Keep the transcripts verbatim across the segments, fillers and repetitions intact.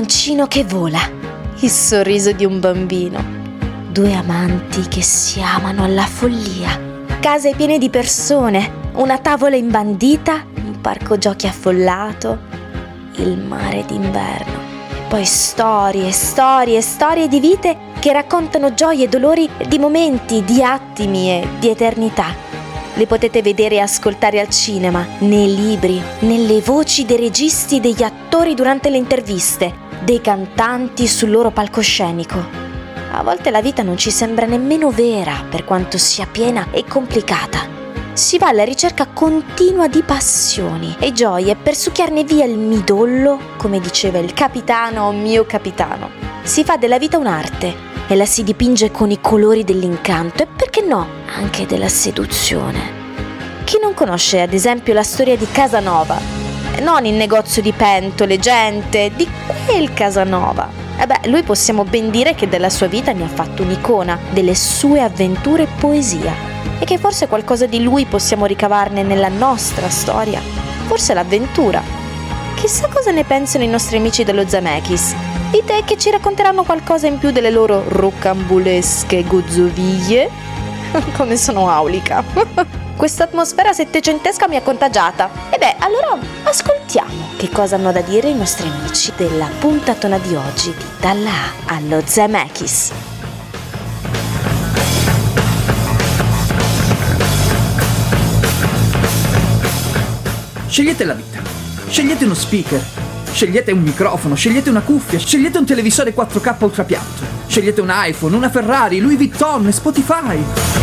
palloncino che vola, il sorriso di un bambino, due amanti che si amano alla follia, case piene di persone, una tavola imbandita, un parco giochi affollato, il mare d'inverno. Poi storie, storie, storie di vite che raccontano gioie e dolori di momenti, di attimi e di eternità. Le potete vedere e ascoltare al cinema, nei libri, nelle voci dei registi e degli attori durante le interviste, dei cantanti sul loro palcoscenico. A volte la vita non ci sembra nemmeno vera per quanto sia piena e complicata. Si va alla ricerca continua di passioni e gioie per succhiarne via il midollo, come diceva il capitano mio capitano. Si fa della vita un'arte e la si dipinge con i colori dell'incanto e, perché no, anche della seduzione. Chi non conosce ad esempio la storia di Casanova? Non il negozio di pentole, gente, di quel Casanova. E beh, lui possiamo ben dire che della sua vita ne ha fatto un'icona, delle sue avventure poesia. E che forse qualcosa di lui possiamo ricavarne nella nostra storia. Forse l'avventura. Chissà cosa ne pensano i nostri amici dello Zemeckis. Dite che ci racconteranno qualcosa in più delle loro roccambolesche gozzoviglie? Come sono aulica. Questa atmosfera settecentesca mi ha contagiata. E beh, allora ascoltiamo che cosa hanno da dire i nostri amici della puntatona di oggi di Dalla A allo Zemeckis. Scegliete la vita, scegliete uno speaker, scegliete un microfono, scegliete una cuffia, scegliete un televisore quattro K ultrapiatto, scegliete un iPhone, una Ferrari, Louis Vuitton, Spotify.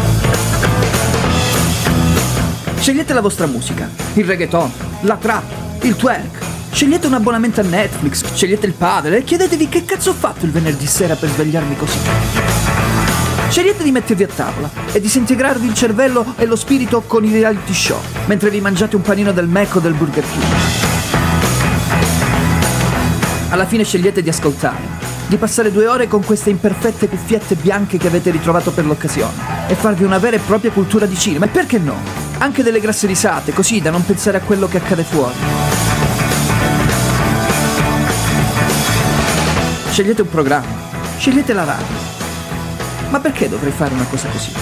Scegliete la vostra musica, il reggaeton, la trap, il twerk. Scegliete un abbonamento a Netflix, scegliete il padre e chiedetevi che cazzo ho fatto il venerdì sera per svegliarmi così. Scegliete di mettervi a tavola e disintegrarvi il cervello e lo spirito con i reality show, mentre vi mangiate un panino del Mac o del Burger King. Alla fine scegliete di ascoltare, di passare due ore con queste imperfette cuffiette bianche che avete ritrovato per l'occasione e farvi una vera e propria cultura di cinema. E perché no? Anche delle grasse risate, così da non pensare a quello che accade fuori. Scegliete un programma, scegliete la radio. Ma perché dovrei fare una cosa così?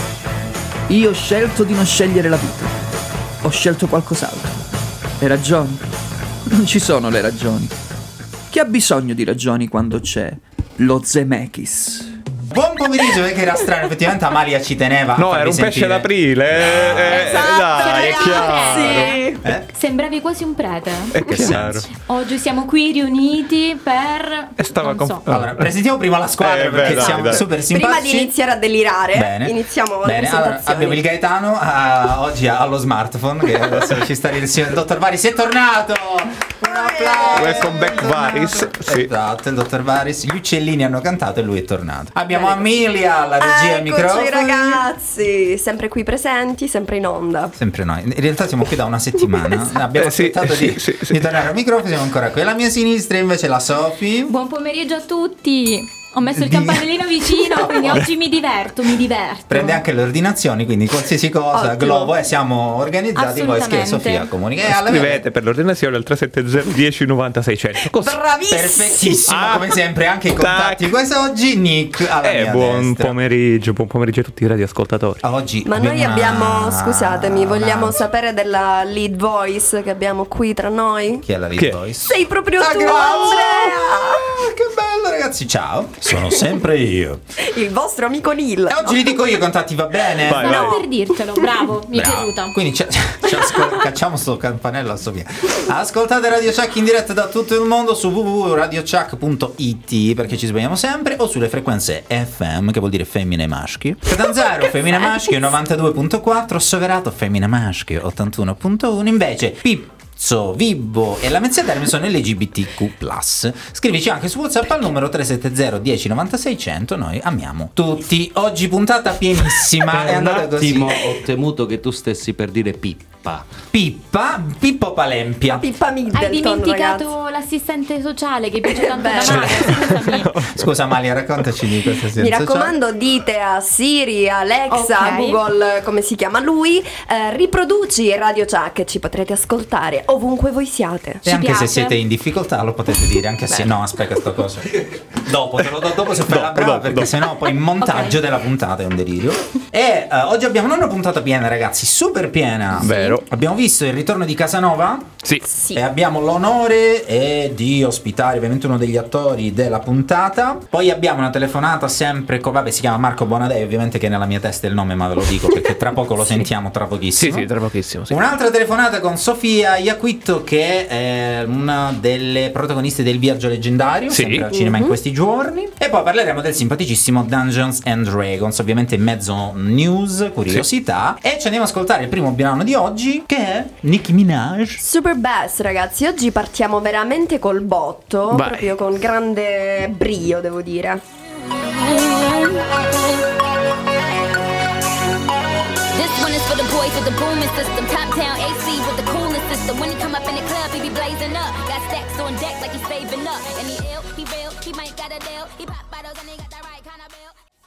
Io ho scelto di non scegliere la vita. Ho scelto qualcos'altro. Le ragioni? Non ci sono le ragioni. Chi ha bisogno di ragioni quando c'è lo Zemeckis? Buon pomeriggio, perché era strano, effettivamente Amalia ci teneva. No, era un sentire. pesce d'aprile. Eh, eh, Esatto, dai, è chiaro. sì. Eh? Sembravi quasi un prete. È Che chiaro. senso? Oggi siamo qui riuniti per... E stava non con... so. Allora, presentiamo prima la squadra Eh, beh, perché dai, siamo dai. super Prima simpatici. di iniziare a delirare, Bene. iniziamo la Bene, allora, presentazione. abbiamo il Gaetano ah, oggi allo smartphone, che adesso ci sta il dottor Varis è tornato. Un applauso. Welcome back, Varis. Sì. Esatto, il dottor Varis. Gli uccellini hanno cantato e lui è tornato. Abbiamo Bene. Amelia alla regia ai Eccoci microfoni. ragazzi, sempre qui presenti, sempre in onda. Sempre noi. In realtà siamo qui da una settimana. Abbiamo Eh, sì, aspettato sì, di, sì, sì. di tornare al microfono, siamo ancora qui. Alla mia sinistra invece la Sofi. Buon pomeriggio a tutti. Ho messo il Di- campanellino vicino, quindi oggi mi diverto, mi diverto. Prende anche le ordinazioni, quindi qualsiasi cosa, Ottimo. Globo, e siamo organizzati. Poi scrive Assolutamente. Sofia comunica. E alla mia- Scrivete per l'ordinazione al tre sette zero uno zero nove zero sei zero zero. Così. Bravissimo. Perfettissimo, Ah. come sempre, anche i contatti. Tac. Quest'oggi Nick alla Eh, mia buon destra. pomeriggio, buon pomeriggio a tutti i radioascoltatori. Oggi Ma noi abbiamo, una- scusatemi, vogliamo una- sapere della lead voice che abbiamo qui tra noi? Chi è la lead Chi è? voice? Sei proprio Ah, tu, grazie! Andrea! Ah, che bello, ragazzi, ciao. Sono sempre io. Il vostro amico Neil. E oggi li dico io i contatti, va bene? Vai, Stavo vai. per dirtelo, bravo, mi è Bravo. piaciuta. Quindi ci, ci ascol- cacciamo sto campanello a Sofia. Ascoltate Radio Chuck in diretta da tutto il mondo su w w w punto radio chuck punto i t, perché ci sbagliamo sempre, o sulle frequenze F M, che vuol dire femmine e maschi. Catanzaro femmine e maschi novantadue punto quattro, Soverato femmine e maschi ottantuno punto uno, invece Pippo, Vibbo e la Mezzia Terme sono L G B T Q plus. Scrivici anche su WhatsApp al numero tre sette zero uno zero nove sei zero zero. Noi amiamo tutti. Oggi puntata pienissima. È Per un andata così. attimo ho temuto che tu stessi per dire P. Pippa. Pippa, Pippo Palempia. Pippa Middleton, Hai dimenticato ragazzi. l'assistente sociale che piace tanto Beh, da madre, scusami. Scusa Malia, raccontaci di questa Mi situazione. raccomando, dite a Siri, a Alexa, Ok. a Google, come si chiama lui, eh, riproduci Radio Chuck, ci potrete ascoltare ovunque voi siate. E anche piace. se siete in difficoltà lo potete dire, anche se no, aspetta sta cosa. Dopo, te lo do dopo se fai la Dopo, brava, dopo, perché dopo. sennò poi il montaggio Ok. della puntata è un delirio. E eh, oggi abbiamo una puntata piena, ragazzi, super piena. Vero. Abbiamo visto il ritorno di Casanova. Sì. Sì. E abbiamo l'onore eh, di ospitare ovviamente uno degli attori della puntata. Poi abbiamo una telefonata sempre con, vabbè, si chiama Marco Bonadei, ovviamente che nella mia testa è il nome, ma ve lo dico perché tra poco lo sentiamo, tra Sì, pochissimo. sì, tra pochissimo, sì. Un'altra telefonata con Sofia Iaquitto, che è una delle protagoniste del Viaggio Leggendario, Sì. sempre al cinema in questi giorni. E poi parleremo del simpaticissimo Dungeons and Dragons, ovviamente in mezzo news, curiosità. E ci andiamo ad ascoltare il primo brano di oggi, che è Nicki Minaj. Super Bass, ragazzi, oggi partiamo veramente col botto, Vai. proprio con grande brio, devo dire. This one is for the boys with the booming system. Top down A C with the coolest system. When he come up in the club, he be blazing up. Got stacks on deck like he's saving up. And he ill, he real, he might got a deal. He pop bottles and he got the right kind of bill.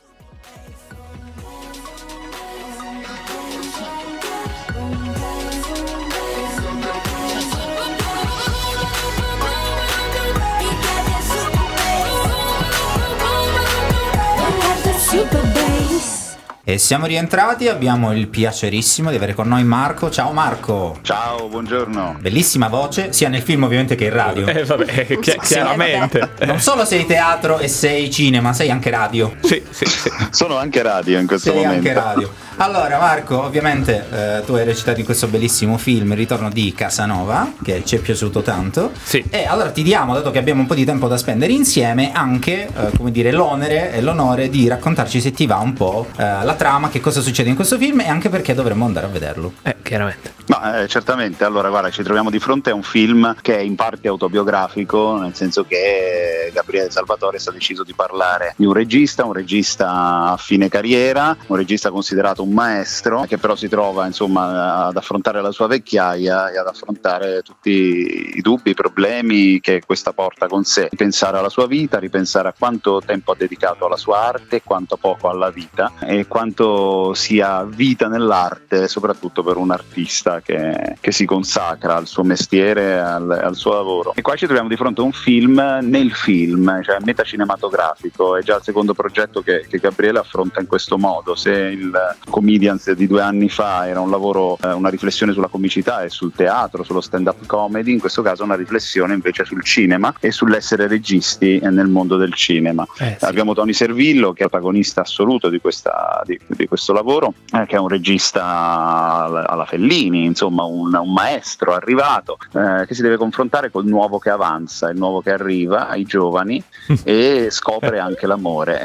E siamo rientrati, abbiamo il piacerissimo di avere con noi Marco. Ciao Marco. Ciao, buongiorno. Bellissima voce, sia nel film ovviamente che in radio. Eh, vabbè, chi- chiaramente. Non solo sei teatro e sei cinema, sei anche radio. Sì, sì, sì. Sono anche radio in questo Sei momento. anche radio. Allora Marco, ovviamente eh, tu hai recitato in questo bellissimo film Il ritorno di Casanova, che ci è piaciuto tanto. Sì. E allora ti diamo, dato che abbiamo un po' di tempo da spendere insieme, anche eh, come dire l'onere e l'onore di raccontarci, se ti va, un po' eh, la trama, che cosa succede in questo film e anche perché dovremmo andare a vederlo. Eh, chiaramente. Ma eh, certamente, allora guarda, ci troviamo di fronte a un film che è in parte autobiografico, nel senso che Gabriele Salvatore ha deciso di parlare di un regista, un regista a fine carriera, un regista considerato un maestro, che però si trova insomma ad affrontare la sua vecchiaia e ad affrontare tutti i dubbi, i problemi che questa porta con sé. Ripensare alla sua vita, ripensare a quanto tempo ha dedicato alla sua arte, quanto poco alla vita e quanto sia vita nell'arte, soprattutto per un artista che, che si consacra al suo mestiere, al, al suo lavoro. E qua ci troviamo di fronte a un film nel film, cioè metacinematografico. È già il secondo progetto che, che Gabriele affronta in questo modo. Se il Comedians di due anni fa era un lavoro, eh, una riflessione sulla comicità e sul teatro, sullo stand-up comedy, in questo caso una riflessione invece sul cinema e sull'essere registi nel mondo del cinema. Eh, sì. Abbiamo Tony Servillo, che è protagonista assoluto di, questa, di, di questo lavoro, eh, che è un regista alla, alla Fellini, insomma un, un maestro arrivato, eh, che si deve confrontare col nuovo che avanza, il nuovo che arriva ai giovani e scopre anche l'amore.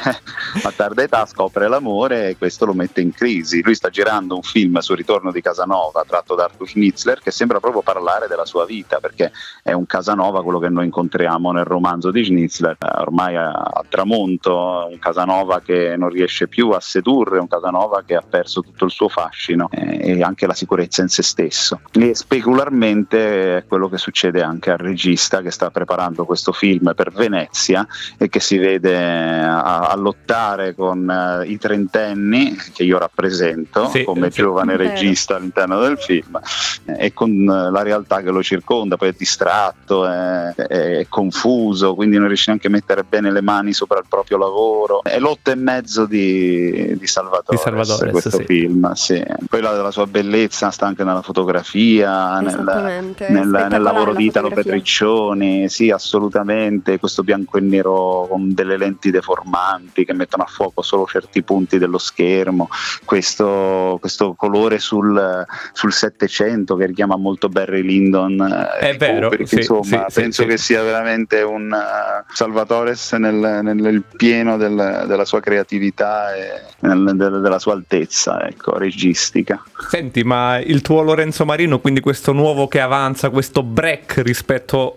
A tarda età scopre l'amore e questo lo mette in crisi. Lui sta girando un film sul ritorno di Casanova tratto da Arthur Schnitzler, che sembra proprio parlare della sua vita, perché è un Casanova quello che noi incontriamo nel romanzo di Schnitzler, eh, ormai a, a tramonto, un Casanova che non riesce più a sedurre, un Casanova che ha perso tutto il suo fascino eh, e anche la sicurezza in se stesso. E specularmente è quello che succede anche al regista che sta preparando questo film per Venezia e che si vede a, a lottare con uh, i trentenni che io rappresento Sì, come sì. giovane Vero. regista all'interno del film eh, e con uh, la realtà che lo circonda, poi è distratto, è, è, è confuso, quindi non riesce neanche a mettere bene le mani sopra il proprio lavoro. È l'otto e mezzo di, di Salvatore, Di Salvatore, questo sì. film, sì. Poi la, la sua bellezza sta anche nella fotografia, nel, Esattamente, nel, nel spettacolare lavoro la di Italo fotografia. Petriccioni, sì, assolutamente. Questo bianco e nero con delle lenti deformanti che mettono a fuoco solo certi punti dello schermo, questo, questo colore sul, sul Settecento che richiama molto Barry Lyndon, eh, È di vero, Kubrick, sì, insomma, sì, sì, penso sì. che sia veramente un uh, Salvatore nel, nel, nel pieno del, della sua creatività e nel, del, della sua altezza, ecco, registica. Senti, ma il tuo Lorenzo Marino, quindi questo nuovo che avanza, questo break rispetto... Ma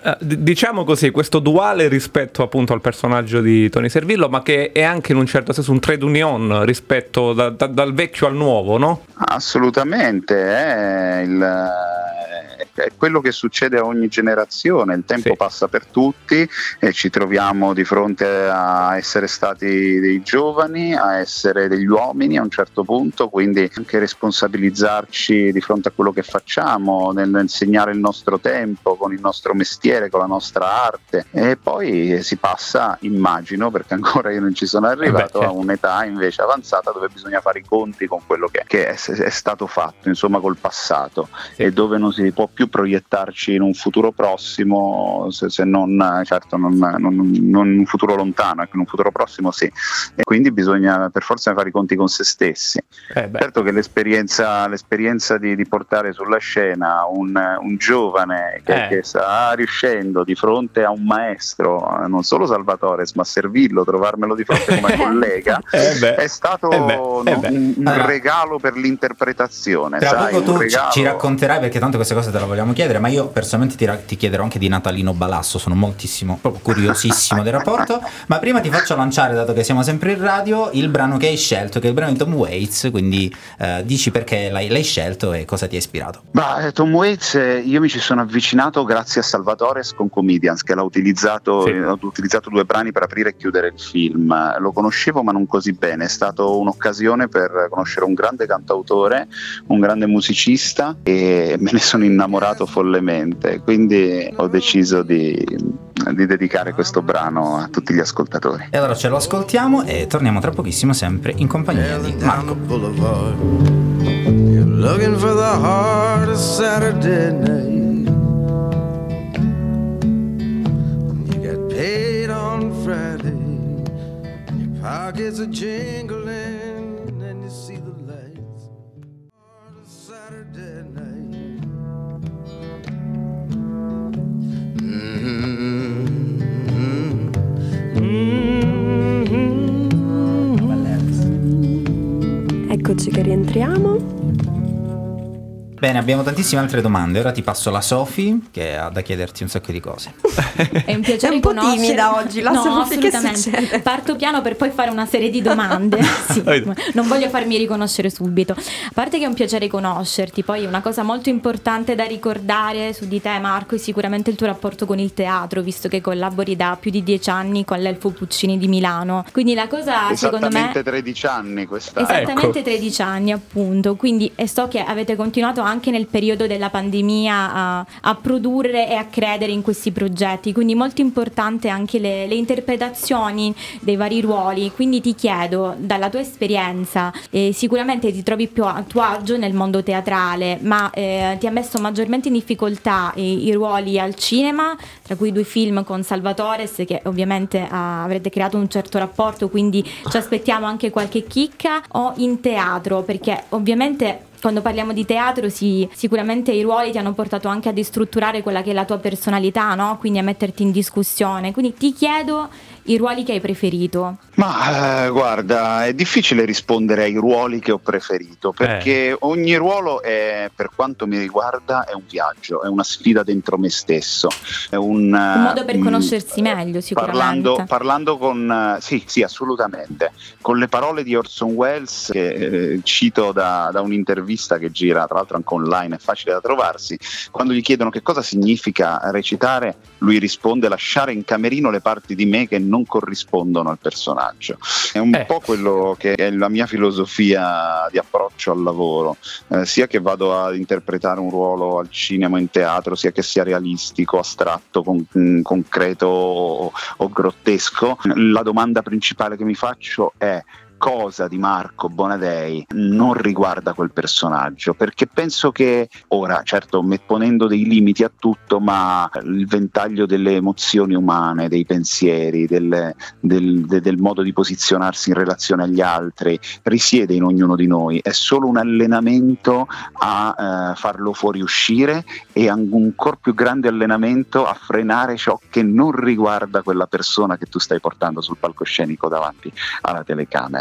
eh, d- diciamo così, questo duale rispetto appunto al personaggio di Tony Servillo, ma che è anche in un certo senso un trade union rispetto da, da, dal vecchio al nuovo, no? Assolutamente, è, il, è quello che succede a ogni generazione, il tempo Sì. passa per tutti e ci troviamo di fronte a essere stati dei giovani, a essere degli uomini a un certo punto, quindi anche responsabilizzarci di fronte a quello che facciamo, nell'insegnare il nostro tempo con il nostro mestiere, con la nostra arte, e poi si passa, immagino, perché ancora io non ci sono arrivato, Eh beh, certo. a un'età invece avanzata dove bisogna fare i conti con quello che, che è, è stato fatto, insomma col passato, Sì. e dove non si può più proiettarci in un futuro prossimo, se, se non certo non, non, non in un futuro lontano, ecco, in un futuro prossimo sì, e quindi bisogna per forza fare i conti con se stessi. Eh beh. Certo che l'esperienza, l'esperienza di, di portare sulla scena un, un giovane che, Eh. che sta riuscendo di fronte a un maestro, non solo Salvatore ma Servillo, trovarmelo di fronte come collega, Eh beh. è stato Eh beh, no, eh beh. un, un Allora, regalo per l'interpretazione. Tra sai, poco un tu ci- regalo... ci racconterai, perché tanto queste cose te le vogliamo chiedere, ma io personalmente ti, ra- ti chiederò anche di Natalino Balasso, sono moltissimo, proprio curiosissimo del rapporto, ma prima ti faccio lanciare, dato che siamo sempre in radio, il brano che hai scelto, che è il brano di Tom Waits, quindi eh, dici perché l'hai, l'hai scelto e cosa ti ha ispirato. Bah, eh, Tom Waits, eh, io mi ci sono avvicinato grazie a Salvatore con Comedians, che l'ha utilizzato, Sì. eh, ho utilizzato due brani per aprire e chiudere il film. Eh, Lo conoscevo ma non così bene, è stata un'occasione per conoscere un grande cantautore, un grande musicista, e me ne sono innamorato follemente, quindi ho deciso di, di dedicare questo brano a tutti gli ascoltatori. E allora ce lo ascoltiamo e torniamo tra pochissimo sempre in compagnia di Marco. Boulevard. You're looking for the heart of Saturday night. You got paid on Friday. Your pockets are jingling and you see the lights. Heart of Saturday night. Mm-hmm. Mm-hmm. Eccoci che rientriamo. Bene, abbiamo tantissime altre domande. Ora ti passo la Sofi, che ha da chiederti un sacco di cose. È un piacere È un po' conoscere- timida oggi, la no, Sofì, che assolutamente. succede? Parto piano per poi fare una serie di domande. Sì, non voglio farmi riconoscere subito. A parte che è un piacere conoscerti, poi una cosa molto importante da ricordare su di te, Marco, è sicuramente il tuo rapporto con il teatro, visto che collabori da più di dieci anni con l'Elfo Puccini di Milano. Quindi la cosa, secondo me, Esattamente tredici anni quest'anno. esattamente Ecco. tredici anni appunto, quindi e so che avete continuato anche nel periodo della pandemia a, a produrre e a credere in questi progetti, quindi molto importante anche le, le interpretazioni dei vari ruoli. Quindi ti chiedo, dalla tua esperienza, eh, sicuramente ti trovi più a tuo agio nel mondo teatrale, ma eh, ti ha messo maggiormente in difficoltà i, i ruoli al cinema, tra cui due film con Salvatores, che ovviamente ah, avrete creato un certo rapporto, quindi ci aspettiamo anche qualche chicca, o in teatro, perché ovviamente quando parliamo di teatro sì, sicuramente i ruoli ti hanno portato anche a destrutturare quella che è la tua personalità, no? Quindi a metterti in discussione. Quindi ti chiedo i ruoli che hai preferito. Ma eh, guarda, è difficile rispondere ai ruoli che ho preferito, perché Eh. ogni ruolo è, per quanto mi riguarda, è un viaggio, è una sfida dentro me stesso, è un, Un modo per mm, conoscersi meglio, sicuramente. Parlando, parlando con eh, sì, sì, assolutamente, con le parole di Orson Welles, che eh, cito da, da un'intervista che gira, tra l'altro anche online, è facile da trovarsi. Quando gli chiedono che cosa significa recitare, lui risponde: lasciare in camerino le parti di me che non corrispondono al personaggio. È un Eh. po' quello che è la mia filosofia di approccio al lavoro, eh, sia che vado a interpretare un ruolo al cinema o in teatro, sia che sia realistico, astratto, con, mh, concreto o, o grottesco. La domanda principale che mi faccio è: cosa di Marco Bonadei non riguarda quel personaggio? Perché penso che ora, certo, met- ponendo dei limiti a tutto, ma il ventaglio delle emozioni umane, dei pensieri, del, del, de- del modo di posizionarsi in relazione agli altri risiede in ognuno di noi. È solo un allenamento a eh, farlo fuoriuscire, e un ancor più grande allenamento a frenare ciò che non riguarda quella persona che tu stai portando sul palcoscenico davanti alla telecamera.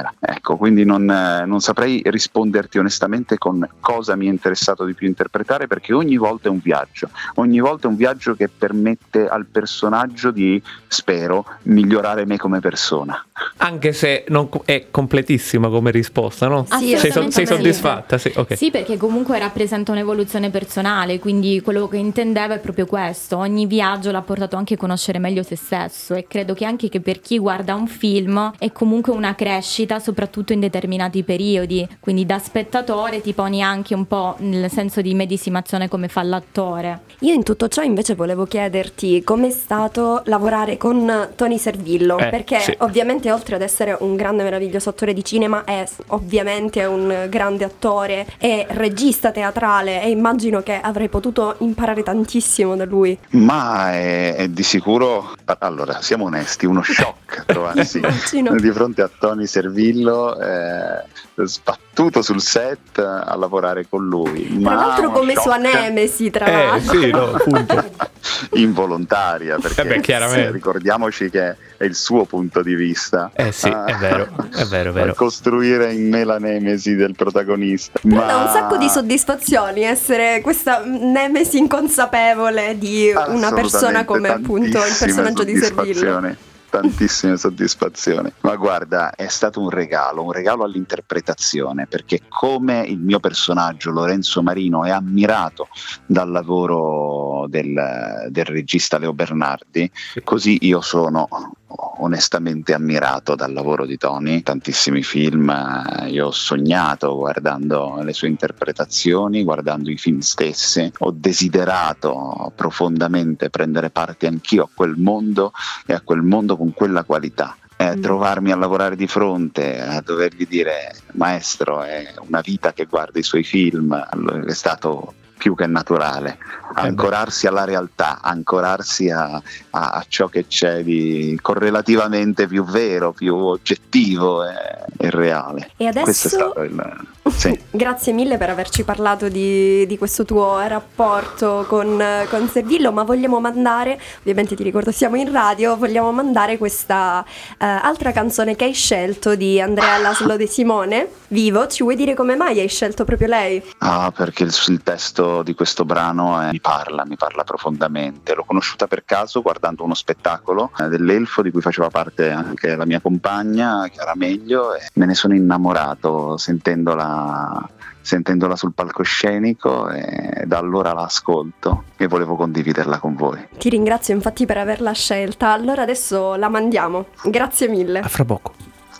carriera. Ecco, quindi non, eh, non saprei risponderti onestamente con cosa mi è interessato di più interpretare, perché ogni volta è un viaggio, ogni volta è un viaggio che permette al personaggio di, spero, migliorare me come persona. Anche se non co- è completissima come risposta, no? Sì, sei, so- sei assolutamente. soddisfatta? Sì, ok. Sì, perché comunque rappresenta un'evoluzione personale, quindi quello che intendeva è proprio questo. Ogni viaggio l'ha portato anche a conoscere meglio se stesso, e credo che anche che per chi guarda un film è comunque una crescita, soprattutto in determinati periodi, quindi da spettatore ti poni anche un po' nel senso di medesimazione come fa l'attore. Io in tutto ciò invece volevo chiederti com'è stato lavorare con Tony Servillo, Eh, perché sì. ovviamente oltre ad essere un grande meraviglioso attore di cinema è ovviamente un grande attore e regista teatrale, e immagino che avrei potuto imparare tantissimo da lui. Ma è, è di sicuro, allora siamo onesti, uno shock trovarsi Immagino. di fronte a Tony Servillo, eh, sbattuto sul set a lavorare con lui. Tra Ma l'altro uno come sua shock nemesi, tra Eh, l'altro. sì, no, appunto. involontaria, perché Eh beh, chiaramente. sì, ricordiamoci che è il suo punto di vista. Eh sì, è vero, è vero, è vero. A costruire in me la nemesi del protagonista. Però Ma dà un sacco di soddisfazioni essere questa nemesi inconsapevole di una persona come appunto il tantissime personaggio di Servillo. soddisfazioni, tantissime soddisfazioni. Ma guarda, è stato un regalo, un regalo all'interpretazione, perché come il mio personaggio Lorenzo Marino è ammirato dal lavoro del, del regista Leo Bernardi, così io sono onestamente ammirato dal lavoro di Tony. Tantissimi film eh, io ho sognato guardando le sue interpretazioni, guardando i film stessi, ho desiderato profondamente prendere parte anch'io a quel mondo e a quel mondo con quella qualità. Eh, Mm. trovarmi a lavorare di fronte, a dovergli dire maestro, è una vita che guarda i suoi film, è stato più che naturale. Ancorarsi alla realtà, ancorarsi a, a, a ciò che c'è di correlativamente più vero, più oggettivo e, e reale. E adesso Questo è stato il... Sì. Grazie mille per averci parlato di, di questo tuo rapporto con, con Servillo, ma vogliamo mandare, ovviamente ti ricordo siamo in radio, vogliamo mandare questa eh, altra canzone che hai scelto di Andrea Laszlo De Simone, Vivo. Ci vuoi dire come mai hai scelto proprio lei? Ah, perché il, il testo di questo brano eh, mi parla, mi parla profondamente. L'ho conosciuta per caso guardando uno spettacolo eh, dell'Elfo di cui faceva parte anche la mia compagna Chiara Meglio, e me ne sono innamorato sentendola sentendola sul palcoscenico, e da allora la ascolto e volevo condividerla con voi. Ti ringrazio infatti per averla scelta. Allora adesso la mandiamo. Grazie mille. A fra poco.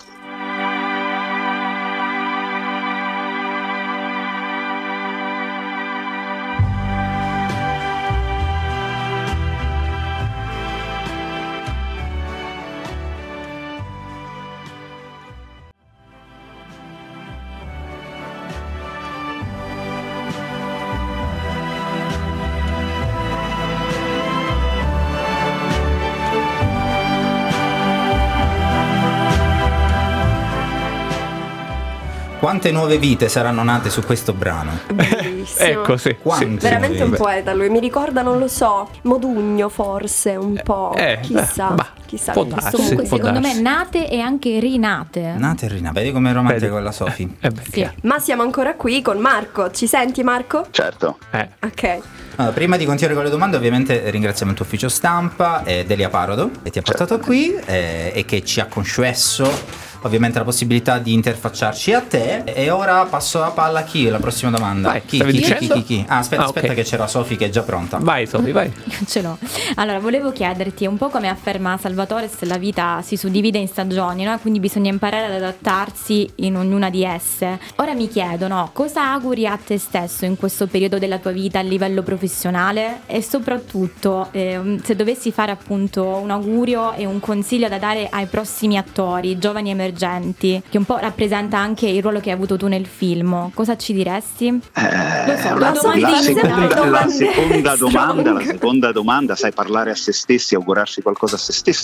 Quante nuove vite saranno nate su questo brano? Bellissimo. Ecco, sì. Quante? sì. Veramente un Beh. poeta lui, mi ricorda, non lo so, Modugno forse, un po', eh, chissà, beh, bah, chissà. può in questo darsi. mondo. Comunque può secondo darsi. me nate e anche rinate. Nate e Rina, vedi com'è romantica Vedi. quella Sofì? Eh beh, Sì. chiaro. Ma siamo ancora qui con Marco, ci senti Marco? Certo. Eh. Ok. Allora, prima di continuare con le domande, ovviamente ringraziamo il tuo ufficio stampa, eh, Delia Parodo, che ti ha portato qui eh, e che ci ha concesso ovviamente la possibilità di interfacciarci a te. E ora passo la palla a chi? La prossima domanda. Vai, chi, stavi chi, chi, dicendo? chi, chi? Ah, aspetta, Ah, ok. aspetta che c'era Sofì che è già pronta. Vai Sofi, vai. Ce l'ho. Allora, volevo chiederti, un po' come afferma Salvatore, se la vita si suddivide in stagioni, no? Quindi bisogna imparare ad adattarsi in ognuna di esse. Ora mi chiedo, no, cosa auguri a te stesso in questo periodo della tua vita a livello professionale, e soprattutto eh, se dovessi fare appunto un augurio e un consiglio da dare ai prossimi attori, giovani emergenti, che un po' rappresenta anche il ruolo che hai avuto tu nel film, cosa ci diresti? Eh, Lo so, la, la domanda la in seconda, generale. la seconda Strong. domanda, la seconda domanda, sai, parlare a se stessi, augurarsi qualcosa a se stesso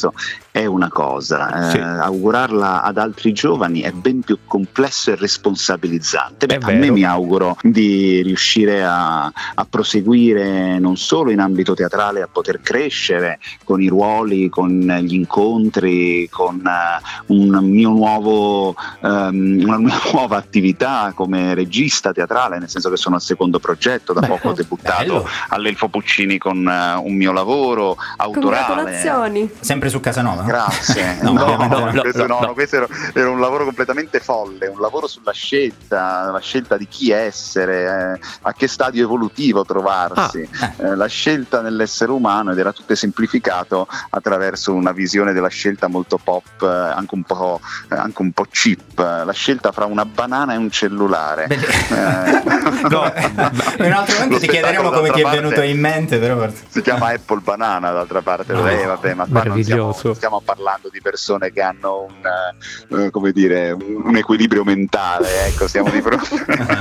successo è una cosa, Sì. eh, augurarla ad altri giovani è ben più complesso e responsabilizzante. Beh, È a vero. me mi auguro di riuscire a, a proseguire non solo in ambito teatrale, a poter crescere con i ruoli, con gli incontri, con eh, un mio nuovo, ehm, una mia nuova attività come regista teatrale, nel senso che sono al secondo progetto, da Beh, poco ho debuttato bello. all'Elfo Puccini con eh, un mio lavoro autorale. Congratulazioni. Sempre su Casanova? Grazie. No, No, ovviamente no, no. questo, no, no. no, questo era, era un lavoro completamente folle, un lavoro sulla scelta, la scelta di chi essere, eh, a che stadio evolutivo trovarsi, Ah, eh, la scelta nell'essere umano, ed era tutto semplificato attraverso una visione della scelta molto pop, eh, anche un po', eh, anche un po' cheap, la scelta fra una banana e un cellulare. Beh, Eh, No. in un altro momento Lo ti chiederemo spettacolo, come ti è d'altra venuto parte, in mente, però. si chiama Apple Banana, d'altra parte. No, eh, vabbè, ma qua non stiamo, meraviglioso. non stiamo parlando di persone che hanno un, eh, come dire, un, un equilibrio mentale, ecco, siamo di fronte.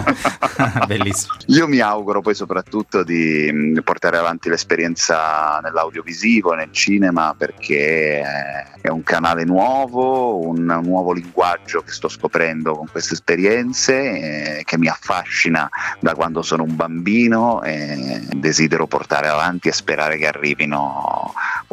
Bellissimo. Io mi auguro poi soprattutto di mh, portare avanti l'esperienza nell'audiovisivo e nel cinema, perché eh, è un canale nuovo, un, un nuovo linguaggio che sto scoprendo con queste esperienze, eh, che mi affascina da quando sono un bambino, e desidero portare avanti e sperare che arrivino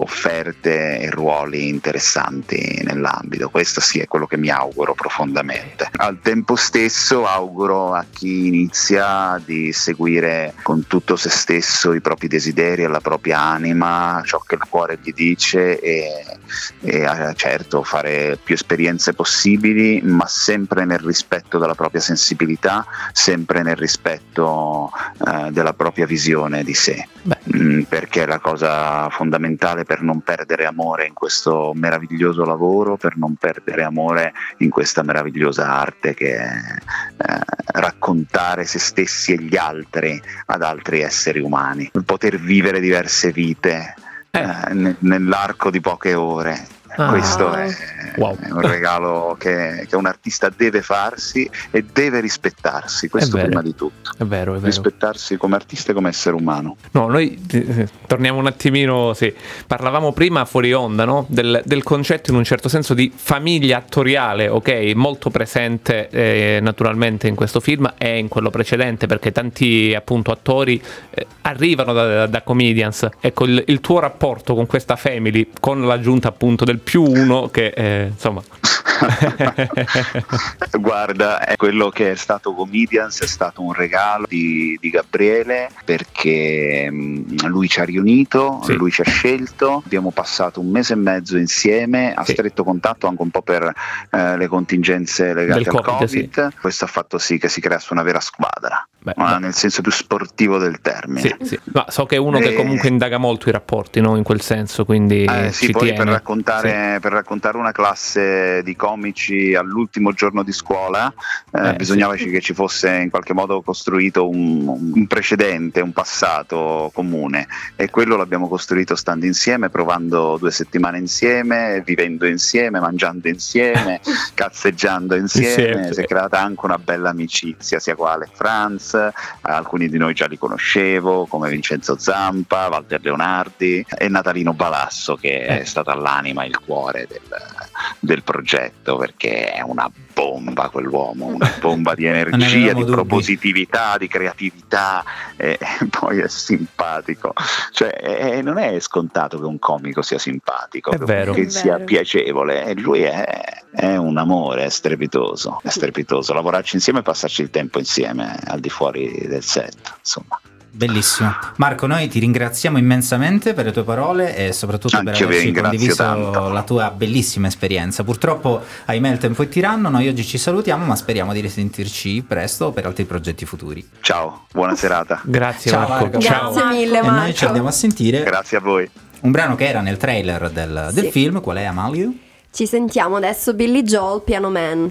offerte e ruoli interessanti nell'ambito. Questo sì è quello che mi auguro profondamente. Al tempo stesso auguro a chi inizia di seguire con tutto se stesso i propri desideri e la propria anima, ciò che il cuore gli dice, e, e eh, certo fare più esperienze possibili, ma sempre nel rispetto della propria sensibilità, sempre nel rispetto eh, della propria visione di sé. Mm, perché è la cosa fondamentale per non perdere amore in questo meraviglioso lavoro, per non perdere amore in questa meravigliosa arte che è eh, raccontare se stessi e gli altri ad altri esseri umani, poter vivere diverse vite eh, ne- nell'arco di poche ore. Ah. Questo è, Wow. è un regalo che, che un artista deve farsi e deve rispettarsi, questo vero. prima di tutto. È vero, è vero. Rispettarsi come artista e come essere umano. No, noi eh, torniamo un attimino, sì, parlavamo prima fuori onda, no? Del, del concetto in un certo senso di famiglia attoriale, ok? Molto presente eh, naturalmente in questo film e in quello precedente, perché tanti appunto attori eh, arrivano da, da comedians. Ecco, il, il tuo rapporto con questa family, con l'aggiunta appunto del più uno che eh, insomma... Guarda, è quello che è stato Comedians, è stato un regalo di, di Gabriele, perché mh, lui ci ha riunito, Sì. lui ci ha scelto, abbiamo passato un mese e mezzo insieme a Sì. stretto contatto anche un po' per eh, le contingenze legate Del al Covid, Covid. sì. Questo ha fatto sì che si creasse una vera squadra, Beh, ma beh. nel senso più sportivo del termine. Sì, sì. Ma so che è uno che Eh. comunque indaga molto i rapporti, no? In quel senso, quindi Eh, sì, ci poi tiene. per raccontare, per raccontare una classe di comici all'ultimo giorno di scuola eh, Eh, bisognava che ci fosse in qualche modo costruito un, un precedente, un passato comune, e quello l'abbiamo costruito stando insieme, provando due settimane insieme, vivendo insieme, mangiando insieme, cazzeggiando insieme. Insieme, Si sì. è creata anche una bella amicizia sia con Ale e Franz, eh, alcuni di noi già li conoscevo come Vincenzo Zampa, Walter Leonardi e Natalino Balasso, che Eh. è stato all'anima il cuore del, del progetto, perché è una bomba quell'uomo, una bomba di energia, avevamo di dubbi. propositività, di creatività, e poi è simpatico, cioè è- non è scontato che un comico sia simpatico, È che- vero. che È sia vero. piacevole, e lui è, è un amore, è strepitoso, è strepitoso, lavorarci insieme e passarci il tempo insieme al di fuori del set, insomma. Bellissimo. Marco, noi ti ringraziamo immensamente per le tue parole e soprattutto per Anch'io vi averci ringrazio condiviso tanto. la tua bellissima esperienza. Purtroppo, ahimè, il tempo è tiranno, noi oggi ci salutiamo, ma speriamo di risentirci presto per altri progetti futuri. Ciao, buona serata. Grazie Ciao, Marco. Marco. Ciao. Grazie mille, E noi Marco. ci andiamo a sentire Grazie a voi. un brano che era nel trailer del, del Sì. film. Qual è, Amalio? Ci sentiamo adesso Billy Joel, Piano Man.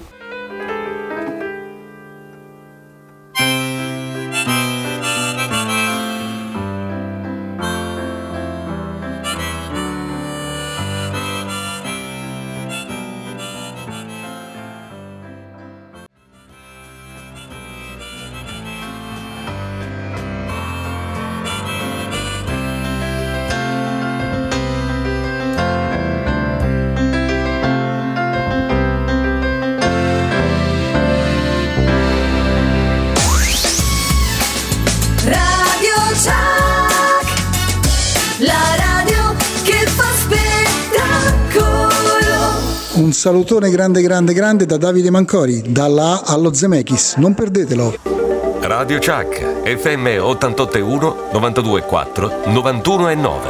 Un salutone grande grande grande da Davide Mancori, dalla A allo Zemeckis, non perdetelo. Radio Chuck, F M ottantotto e uno, novantadue e quattro, novantuno e nove.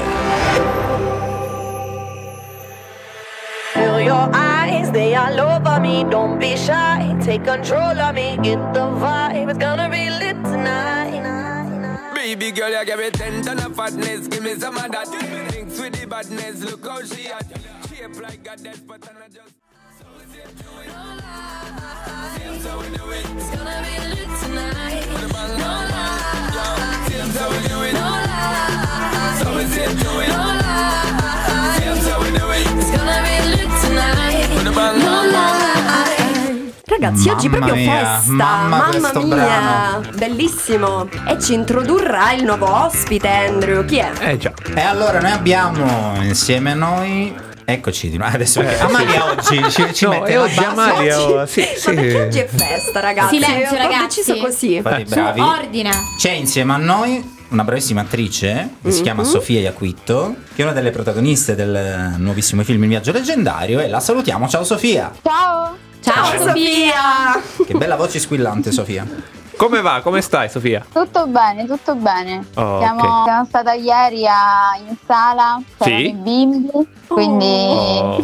Feel your eyes, they all over me. Don't be shy, take control of me. Get the vibe, it's gonna be lit tonight. Baby girl, you give me ten ton of fatness. Give me some of that. Thinks with the badness. Look how she at. Shape like a death, but I'm not just. Seems how we do it. It's gonna be lit tonight. No lie. Seems how we do it. No lie. So we say do it. No lie. Seems how we do it. It's gonna be lit tonight. No lie. Ragazzi, oggi Mamma proprio mia, festa, mamma mamma questo mia, brano. bellissimo. E ci introdurrà il nuovo ospite, Andrew. Chi è? Eh già. E allora noi abbiamo insieme a noi, eccoci di nuovo adesso, Eh, Amalia sì. oggi ci, ci No, mette e la oggi base. Amalia, oh, sì, Ma sì. perché oggi è festa, ragazzi? Silenzio, Ho ragazzi. deciso così. Fate i Su, bravi. ordine. C'è insieme a noi una bravissima attrice che si chiama Mhm. Sofia Iacquitto, che è una delle protagoniste del nuovissimo film Il viaggio leggendario, e la salutiamo. Ciao Sofia. Ciao! Ciao, Sofia. Che bella voce squillante, Sofia. Come va? Come stai, Sofia? Tutto bene, tutto bene. Oh, Siamo, ok. siamo stata ieri a- in sala, c'erano Sì? i bimbi, quindi Oh.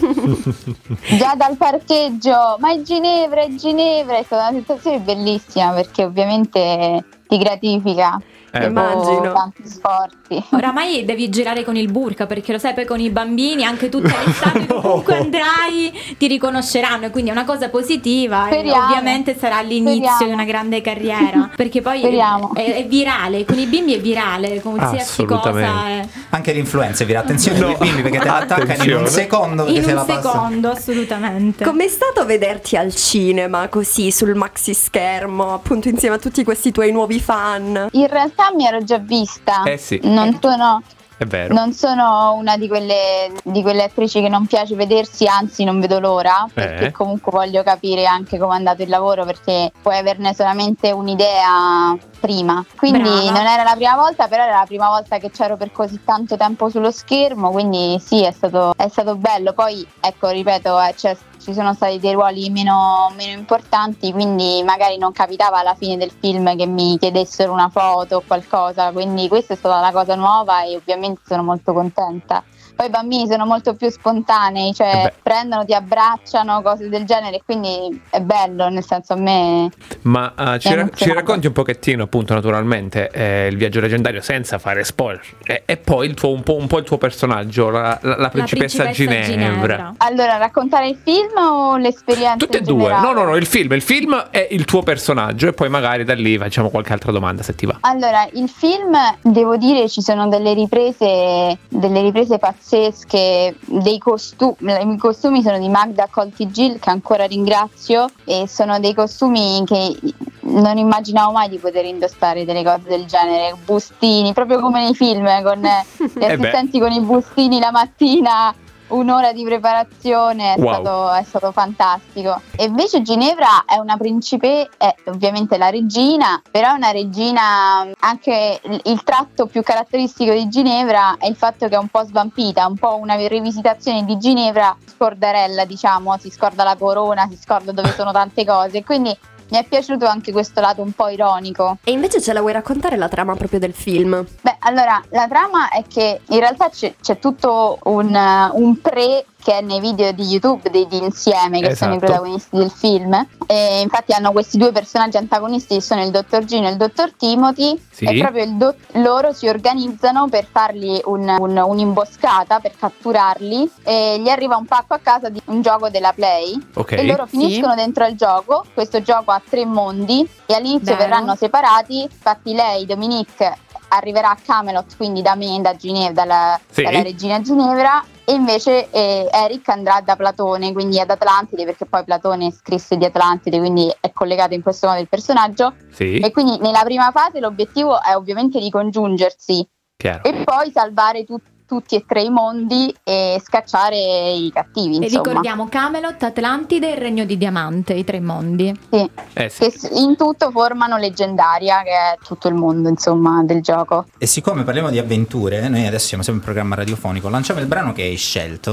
già dal parcheggio, ma è Ginevra, è Ginevra, è stata una situazione bellissima perché ovviamente ti gratifica. Eh, dopo immagino. tanti sforzi. Oramai devi girare con il burka perché lo sai, poi con i bambini anche tutte le estate dovunque andrai ti riconosceranno, e quindi è una cosa positiva. E Speriamo. ovviamente sarà l'inizio Speriamo. di una grande carriera perché poi Speriamo. è, è virale, con i bimbi è virale, con qualsiasi cosa Assolutamente. è, Anche l'influenza, vi attenzione No. ai bimbi perché te la attaccano in un Attenzione. secondo perché in se un la passa. secondo, assolutamente. Com'è stato vederti al cinema così sul maxi schermo, appunto insieme a tutti questi tuoi nuovi fan? In realtà mi ero già vista, Eh sì. non sono... È vero. Non sono una di quelle, di quelle attrici che non piace vedersi, anzi non vedo l'ora, perché Eh. comunque voglio capire anche come è andato il lavoro, perché puoi averne solamente un'idea prima. Quindi Brava. non era la prima volta, però era la prima volta che c'ero per così tanto tempo sullo schermo, quindi sì, è stato, è stato bello. Poi ecco, ripeto, eh, c'è- ci sono stati dei ruoli meno, meno importanti, quindi magari non capitava alla fine del film che mi chiedessero una foto o qualcosa, quindi questa è stata la cosa nuova e ovviamente sono molto contenta. Poi i bambini sono molto più spontanei, cioè Eh beh. prendono, ti abbracciano, cose del genere, quindi è bello, nel senso a me... Ma uh, ci, È ra- emozionante. ci racconti un pochettino, appunto, naturalmente, eh, il viaggio leggendario senza fare spoiler. E, e poi il tuo, un, po', un po' il tuo personaggio, la, la- la principessa, principessa Ginevra. Ginevra. Allora, raccontare il film o l'esperienza Tutte e in due. generale? No, no, no, il film. Il film è il tuo personaggio, e poi magari da lì facciamo qualche altra domanda se ti va. Allora, il film, devo dire, ci sono delle riprese, delle riprese pazzesche, dei costumi, i costumi sono di Magda Colty-Gill, che ancora ringrazio, e sono dei costumi che non immaginavo mai di poter indossare delle cose del genere, bustini, proprio come nei film, con eh, gli Eh beh. assistenti con i bustini la mattina, un'ora di preparazione, è, Wow. stato, è stato fantastico. E invece Ginevra è una principe, è ovviamente la regina, però è una regina, anche il, il tratto più caratteristico di Ginevra è il fatto che è un po' svampita, un po' una rivisitazione di Ginevra scordarella, diciamo, si scorda la corona, si scorda dove sono tante cose, quindi mi è piaciuto anche questo lato un po' ironico. E invece ce la vuoi raccontare la trama proprio del film? Beh, allora, la trama è che in realtà c'è, c'è tutto un, uh, un pre che è nei video di YouTube dei di Insieme, che sono i Esatto. protagonisti del film. E infatti hanno questi due personaggi antagonisti che sono il dottor Gino e il dottor Timothy. Sì. E proprio il do- loro si organizzano per fargli un, un- un'imboscata, per catturarli. E gli arriva un pacco a casa di un gioco della Play. Ok. E loro finiscono dentro al gioco. Questo gioco ha tre mondi e all'inizio Bello. verranno separati. Infatti lei, Dominique, arriverà a Camelot, quindi da me, da Ginevra, dalla, Sì. dalla regina Ginevra, e invece eh, Eric andrà da Platone, quindi ad Atlantide, perché poi Platone scrisse di Atlantide, quindi è collegato in questo modo il personaggio. Sì, E quindi nella prima fase l'obiettivo è ovviamente di congiungersi chiaro. e poi salvare tu- tutti e tre i mondi e scacciare i cattivi, E insomma. ricordiamo Camelot, Atlantide e il Regno di Diamante, i tre mondi. Sì. Eh sì. Che s- in tutto formano Leggendaria, che è tutto il mondo, insomma, del gioco. E siccome parliamo di avventure, noi adesso siamo sempre in programma radiofonico, lanciamo il brano che hai scelto,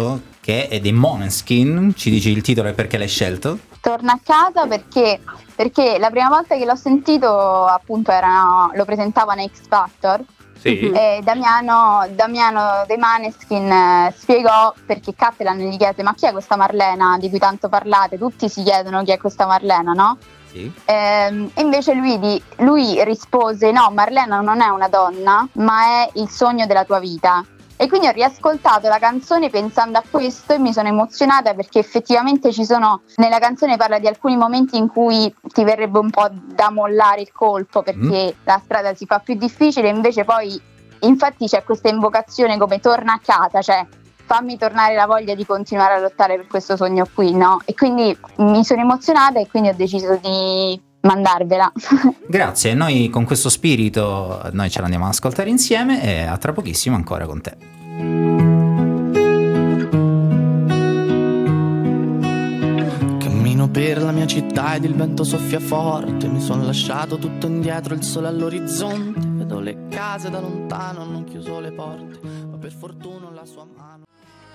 che è dei Måneskin. Ci dici il titolo e perché l'hai scelto? Torna a casa perché, perché la prima volta che l'ho sentito appunto era, lo presentavano a X Factor. Sì. E Damiano, Damiano dei Måneskin eh, spiegò perché Catalan gli chiese: ma chi è questa Marlena di cui tanto parlate? Tutti si chiedono chi è questa Marlena, no? Sì. E invece lui, di, lui rispose: no, Marlena non è una donna, ma è il sogno della tua vita. E quindi ho riascoltato la canzone pensando a questo e mi sono emozionata, perché effettivamente ci sono, nella canzone parla di alcuni momenti in cui ti verrebbe un po' da mollare il colpo perché mm. la strada si fa più difficile, invece poi infatti c'è questa invocazione come torna a casa, cioè fammi tornare la voglia di continuare a lottare per questo sogno qui, no? E quindi mi sono emozionata e quindi ho deciso di mandarvela. Grazie, noi con questo spirito noi ce l'andiamo ad ascoltare insieme e a tra pochissimo ancora con te. Cammino per la mia città ed il vento soffia forte, mi sono lasciato tutto indietro, il sole all'orizzonte, vedo le case da lontano, hanno chiuso le porte, ma per fortuna la sua mano.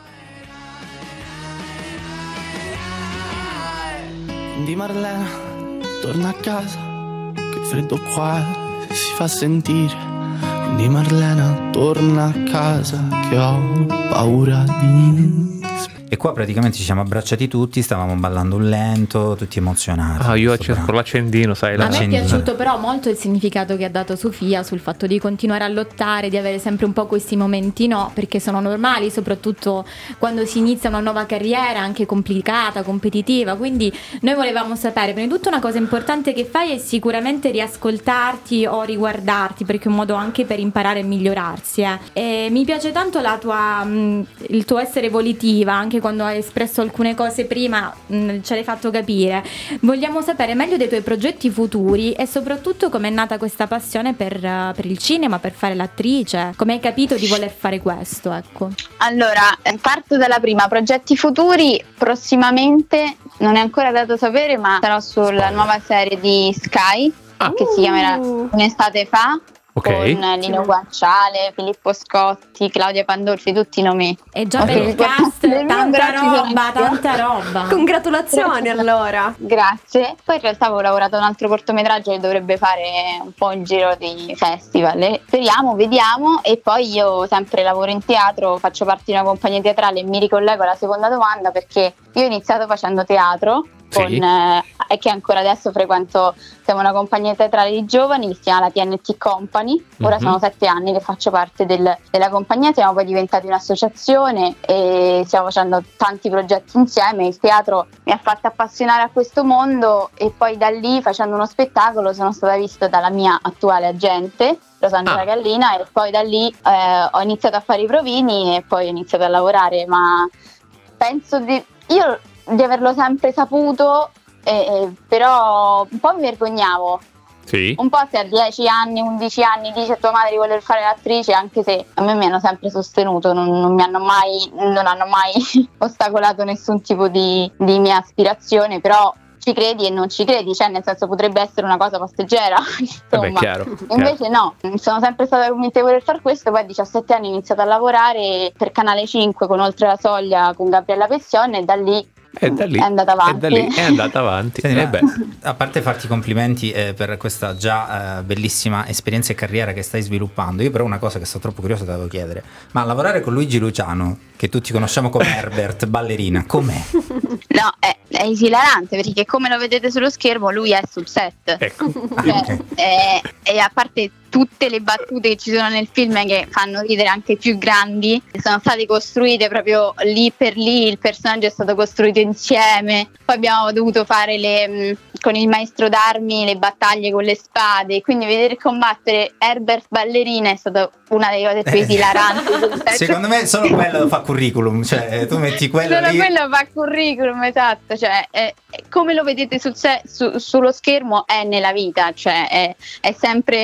Quindi Marlena, torna a casa, che freddo qua si fa sentire. Quindi Marlena, torna a casa, che ho paura di... E qua praticamente ci siamo abbracciati tutti, stavamo ballando un lento, tutti emozionati. Ah, io ho acceso con l'accendino, sai. A me è L'accendino. piaciuto però molto il significato che ha dato Sofia sul fatto di continuare a lottare, di avere sempre un po' questi momenti no, perché sono normali, soprattutto quando si inizia una nuova carriera, anche complicata, competitiva. Quindi noi volevamo sapere, prima di tutto una cosa importante che fai è sicuramente riascoltarti o riguardarti, perché è un modo anche per imparare e migliorarsi. Eh. E mi piace tanto la tua, mh, il tuo essere volitiva, anche quando hai espresso alcune cose prima mh, ce l'hai fatto capire. Vogliamo sapere meglio dei tuoi progetti futuri e soprattutto com'è nata questa passione per, uh, per il cinema, per fare l'attrice, come hai capito di voler fare questo, ecco. Allora, parto dalla prima, progetti futuri, prossimamente non è ancora dato sapere, ma sarò sulla nuova serie di Sky ah. che si chiamerà Un'estate fa. Okay. Con Lino Guanciale, Filippo Scotti, Claudia Pandolfi, tutti i nomi. E già per il cast, tanta roba, tanta roba. Congratulazioni allora. Grazie. Poi in realtà avevo lavorato a un altro cortometraggio che dovrebbe fare un po' il giro di festival. E speriamo, vediamo. E poi io sempre lavoro in teatro, faccio parte di una compagnia teatrale e mi ricollego alla seconda domanda perché io ho iniziato facendo teatro. Con, sì. eh, e che ancora adesso frequento, siamo una compagnia teatrale di giovani che si chiama la T N T Company. Ora mm-hmm. sono sette anni che faccio parte del, della compagnia, siamo poi diventati un'associazione e stiamo facendo tanti progetti insieme. Il teatro mi ha fatto appassionare a questo mondo e poi da lì, facendo uno spettacolo, sono stata vista dalla mia attuale agente Rosangela ah. Gallina e poi da lì eh, ho iniziato a fare i provini e poi ho iniziato a lavorare, ma penso di... io di averlo sempre saputo, eh, eh, però un po' mi vergognavo. Sì. Un po' se a dieci anni, undici anni dici a tua madre di voler fare l'attrice, anche se a me mi hanno sempre sostenuto, non, non mi hanno mai, non hanno mai ostacolato nessun tipo di, di mia aspirazione, però ci credi e non ci credi, cioè nel senso potrebbe essere una cosa passeggera, insomma. Eh beh, chiaro, Invece chiaro. no, sono sempre stata convinta di voler fare questo, poi a diciassette anni ho iniziato a lavorare per Canale cinque con Oltre la Soglia con Gabriella Pescione e da lì E da lì è andata avanti. E da lì è andata avanti. Senti, eh beh. A parte farti i complimenti eh, per questa già eh, bellissima esperienza e carriera che stai sviluppando, io però una cosa che sono troppo curioso te la devo chiedere: ma lavorare con Luigi Luciano, che tutti conosciamo come Herbert, ballerina, com'è? No, è, è esilarante perché come lo vedete sullo schermo lui è sul set. Ecco. Cioè, è, e a parte tutte le battute che ci sono nel film che fanno ridere anche i più grandi, sono state costruite proprio lì per lì, il personaggio è stato costruito insieme, poi abbiamo dovuto fare le, con il maestro d'armi le battaglie con le spade, quindi vedere combattere Herbert ballerina è stata una delle cose più esilaranti. Secondo me solo quello fa curriculum, cioè tu metti quello solo lì. quello fa curriculum, esatto, cioè è, è, come lo vedete sul se, su, sullo schermo è nella vita, cioè è, è sempre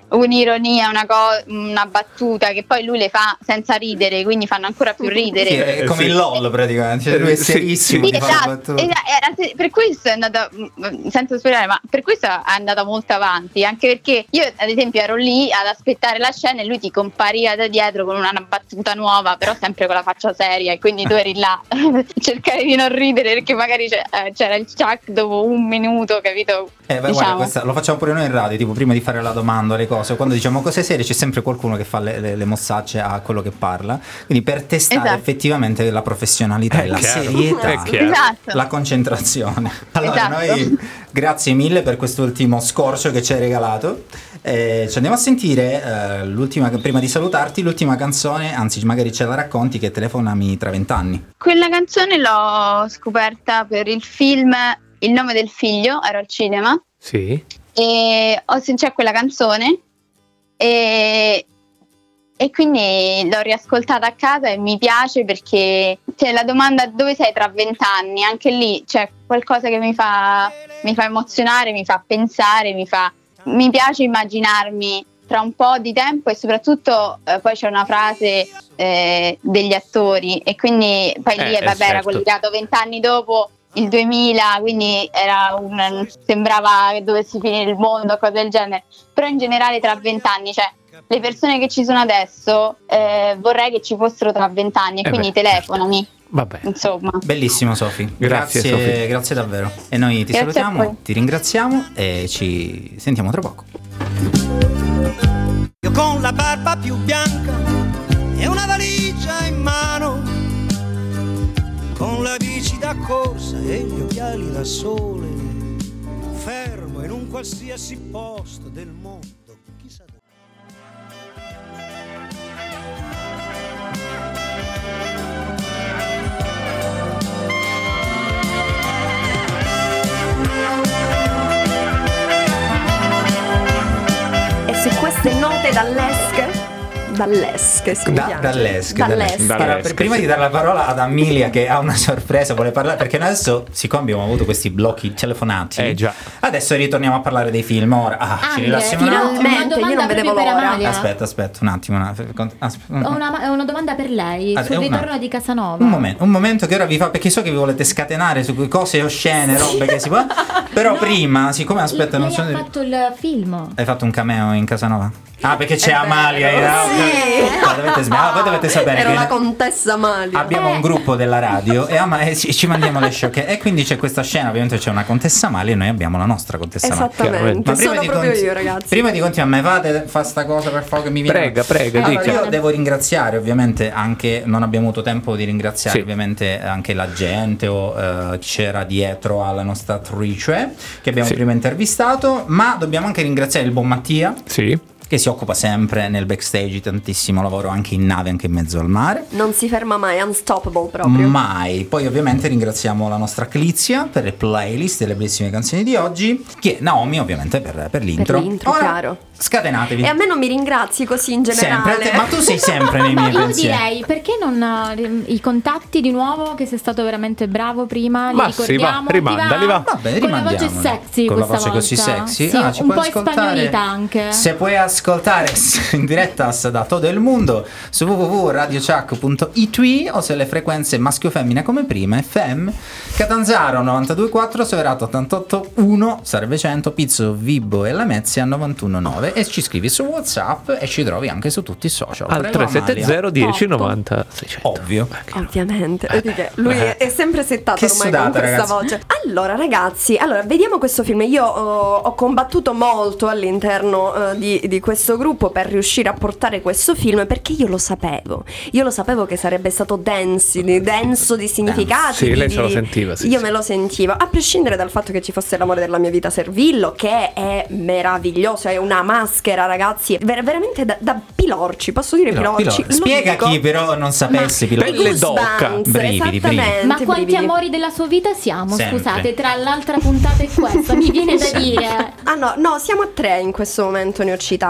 un'ironia, una, co- una battuta che poi lui le fa senza ridere, quindi fanno ancora più ridere. Sì, è come il LOL praticamente, cioè lui è serissimo. Sì, di fare esatto, battute. esatto, era- per questo è andata, senza spiegare, ma per questo è andata molto avanti, anche perché io ad esempio ero lì ad aspettare la scena e lui ti compariva da dietro con una battuta nuova, però sempre con la faccia seria, e quindi tu eri là a cercare di non ridere perché magari c'è- eh, c'era il Chuck dopo un minuto, capito? Eh, beh, Diciamo. guarda, questa lo facciamo pure noi in radio, tipo prima di fare la domanda, le cose, quando diciamo cose serie c'è sempre qualcuno che fa le, le, le mossacce a quello che parla, quindi per testare Esatto. effettivamente la professionalità È e la chiaro, serietà, è chiaro. Esatto. la concentrazione. Allora Esatto. noi grazie mille per quest'ultimo scorcio che ci hai regalato. Eh, ci andiamo a sentire eh, l'ultima, prima di salutarti, l'ultima canzone, anzi magari ce la racconti, che Telefonami tra vent'anni. Quella canzone l'ho scoperta per il film Il nome del figlio, ero al cinema Sì. e ho sentito quella canzone e, e quindi l'ho riascoltata a casa e mi piace perché c'è la domanda dove sei tra vent'anni, anche lì c'è qualcosa che mi fa, mi fa emozionare, mi fa pensare, mi fa, mi piace immaginarmi tra un po' di tempo e soprattutto eh, poi c'è una frase eh, degli attori e quindi poi lì Eh, eh, vabbè certo. era collegato vent'anni dopo il duemila, quindi era un, sembrava che dovesse finire il mondo, cose del genere, però in generale tra vent'anni, cioè le persone che ci sono adesso eh, vorrei che ci fossero tra vent'anni e Eh quindi beh, telefonami, Vabbè. insomma. Bellissimo Sofi, Grazie, grazie, Sofi. grazie davvero. E noi ti Grazie a salutiamo, voi. ti ringraziamo e ci sentiamo tra poco. Io con la barba più bianca e una valigia in mano, con la bici da corsa e gli occhiali da sole, fermo in un qualsiasi posto del mondo, chissà dove. E su queste note dall'esc, dall'esc si mi Da, piace. dall'esc, Dall'esc. dall'esc. Allora, per- prima di dare la parola ad Amelia che ha una sorpresa, vuole parlare, perché noi adesso, siccome abbiamo avuto questi blocchi telefonati, Eh, già. adesso ritorniamo a parlare dei film. Ora, ah, ci Andre, rilassiamo un attimo. finalmente, una io domanda non vedevo proprio per l'ora. Amalia. Aspetta, aspetta, un attimo. Una, aspetta, Ho una, ho una domanda per lei Ah, sul è una- ritorno di Casanova. Un momento, un momento che ora vi fa, perché so che vi volete scatenare su cose oscene, robe che si può. Però prima, siccome aspetta, lei non so. ha fatto il film. Hai fatto un cameo in Casanova? Ah, perché c'è È Amalia. vero, eh, sì. ma dovete sm- ah, voi dovete sapere Ero che la contessa Amalia. abbiamo un gruppo della radio e, ama- e ci, ci mandiamo le sciocche. E quindi c'è questa scena, ovviamente c'è una contessa Amalia e noi abbiamo la nostra contessa Amalia. Esattamente, Ma prima sono di proprio conti- io, ragazzi. Prima di continuare, me fate fa sta cosa per favore che mi viene. Prega, prega, Allora, dica. io devo ringraziare ovviamente anche, non abbiamo avuto tempo di ringraziare Sì. ovviamente anche la gente o eh, chi c'era dietro alla nostra attrice che abbiamo Sì. prima intervistato, ma dobbiamo anche ringraziare il buon Mattia Sì. che si occupa sempre nel backstage, tantissimo lavoro anche in nave, anche in mezzo al mare. Non si ferma mai, unstoppable proprio. Mai. Poi ovviamente ringraziamo la nostra Clizia per le playlist delle bellissime canzoni di oggi, che Naomi ovviamente per, per l'intro. Per l'intro, Ora, chiaro. scatenatevi. E a me non mi ringrazi così in generale. Sempre, ma tu sei sempre nei miei Io pensieri. direi perché non eh, i contatti di nuovo, che sei stato veramente bravo prima, li Ma sì, ricordiamo. va, rimandali, va. Va bene, Con la voce rimandiamoli. sexy Con la questa voce così volta. sexy. Sì, Ah, ci un puoi po' ascoltare- spagnolita anche. Se puoi ascoltare in diretta da todo il mondo su w w w punto radio chuck punto i t o sulle frequenze maschio femmina come prima F M Catanzaro novantadue virgola quattro, Soverato ottantotto virgola uno, Sarve cento, Pizzo, Vibo e Lamezia novantuno virgola nove e ci scrivi su WhatsApp e ci trovi anche su tutti i social. Al Prego, tre sette zero Amalia. dieci novanta seicento. Ovvio. Ovviamente, vedi che lui Eh. è sempre settato Che ormai sudata, con questa ragazzi. voce. Allora ragazzi, allora vediamo questo film. Io ho, ho combattuto molto all'interno eh, di, di questo gruppo per riuscire a portare questo film, perché io lo sapevo. Io lo sapevo che sarebbe stato densi, di- denso di significati. Sì, di- lei se lo di- sentiva, sì, Io sì. me lo sentivo, a prescindere dal fatto che ci fosse l'amore della mia vita Servillo, che è meraviglioso, è una maschera, ragazzi, ver- veramente da, da pilorci, posso dire Però, pilorci? Pilor- Lo Spiega dico. chi però non sapesse Pilor- Pelle d'oca. Goosebumps, Brividi, esattamente, Ma quanti brividi. amori della sua vita siamo? Sempre. Scusate, tra l'altra puntata e questa, mi viene da Sempre. dire. Ah no, no, siamo a tre in questo momento, ne ho citati.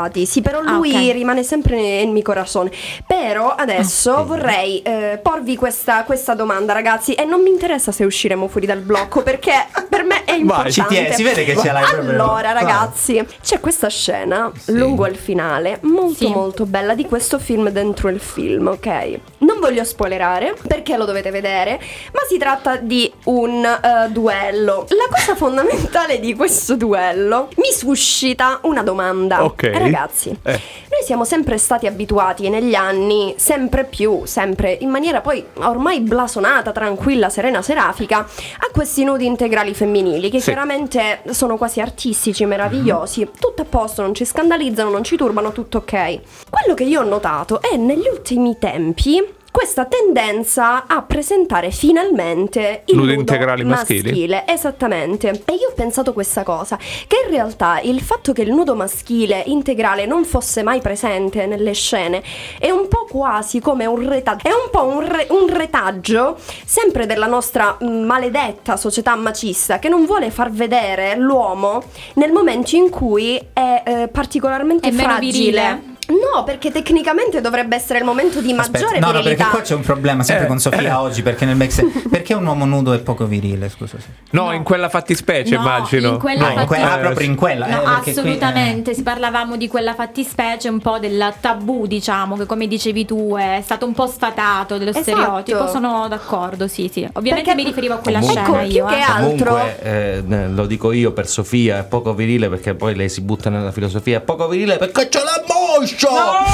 abituati. Sì, però lui Ah, ok. rimane sempre nel mio corazon. Però adesso Ah, vorrei eh, porvi questa, questa domanda, ragazzi, e non mi interessa se usciremo fuori dal blocco, perché per me è importante. ci tieni, si vede che ce l'hai proprio. Allora, ragazzi, c'è questa scena lungo il finale, molto Sì. molto bella, di questo film dentro il film, ok? Non voglio spoilerare perché lo dovete vedere, ma si tratta di un eh, duello. La cosa fondamentale di questo duello mi suscita una domanda. Ok. Ragazzi, Eh. noi siamo sempre stati abituati negli anni, sempre più, sempre in maniera poi ormai blasonata, tranquilla, serena, serafica, a questi nudi integrali femminili che Sì. chiaramente sono quasi artistici, meravigliosi, tutto a posto, non ci scandalizzano, non ci turbano, tutto ok. Quello che io ho notato è negli ultimi tempi questa tendenza a presentare finalmente il Nudi nudo integrali maschili. maschile, esattamente. E io ho pensato questa cosa, che in realtà il fatto che il nudo maschile integrale non fosse mai presente nelle scene è un po' quasi come un retaggio, è un po' un, re- un retaggio sempre della nostra mh, maledetta società macista, che non vuole far vedere l'uomo nel momento in cui è eh, particolarmente È meno fragile. virile? No, perché tecnicamente dovrebbe essere il momento di maggiore Aspetta, no, no, virilità. perché qua c'è un problema sempre Eh, con Sofia eh. oggi, perché nel backstage perché un uomo nudo è poco virile, scusa. Sì. No, in quella fattispecie, No, immagino. in quella Ah, in que- ah, fattispecie- proprio in quella. No, eh, perché qui, assolutamente, si parlavamo di quella fattispecie, un po' del tabù, diciamo, che come dicevi tu è stato un po' sfatato dello Esatto. stereotipo. Sono d'accordo, sì, sì. Ovviamente Perché- mi riferivo a quella Comunque- scena ecco, io. più che eh. altro- Comunque, eh, lo dico io per Sofia, è poco virile perché poi lei si butta nella filosofia. È poco virile perché c'è la moscia!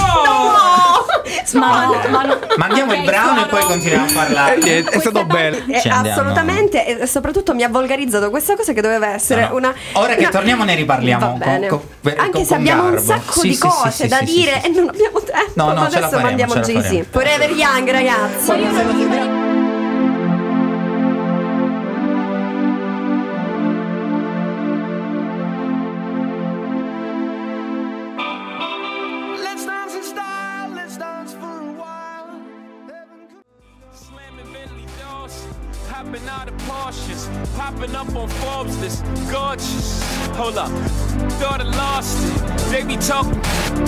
No! Ma no, ma no. Mandiamo Ok, il brano e sono- poi continuiamo a parlare. Eh, è stato bello. Eh, Ci andiamo. assolutamente, e soprattutto mi ha volgarizzato questa cosa che doveva essere No, no. una. Ora che una- torniamo ne riparliamo. Va bene. con- con- Anche con- se con abbiamo un garbo. sacco Sì, di sì, cose sì, da sì, dire sì, sì. e non abbiamo tempo. No, no, ma ce la adesso faremo, mandiamo ce la Jay-Z. faremo. Forever Young, ragazzi. Let's dance in style, let's dance for a while. Slamming Bentley doors, hopping out of Porsches, popping up on Forbes list, gorgeous. Hold up, thought I lost it. They be talking,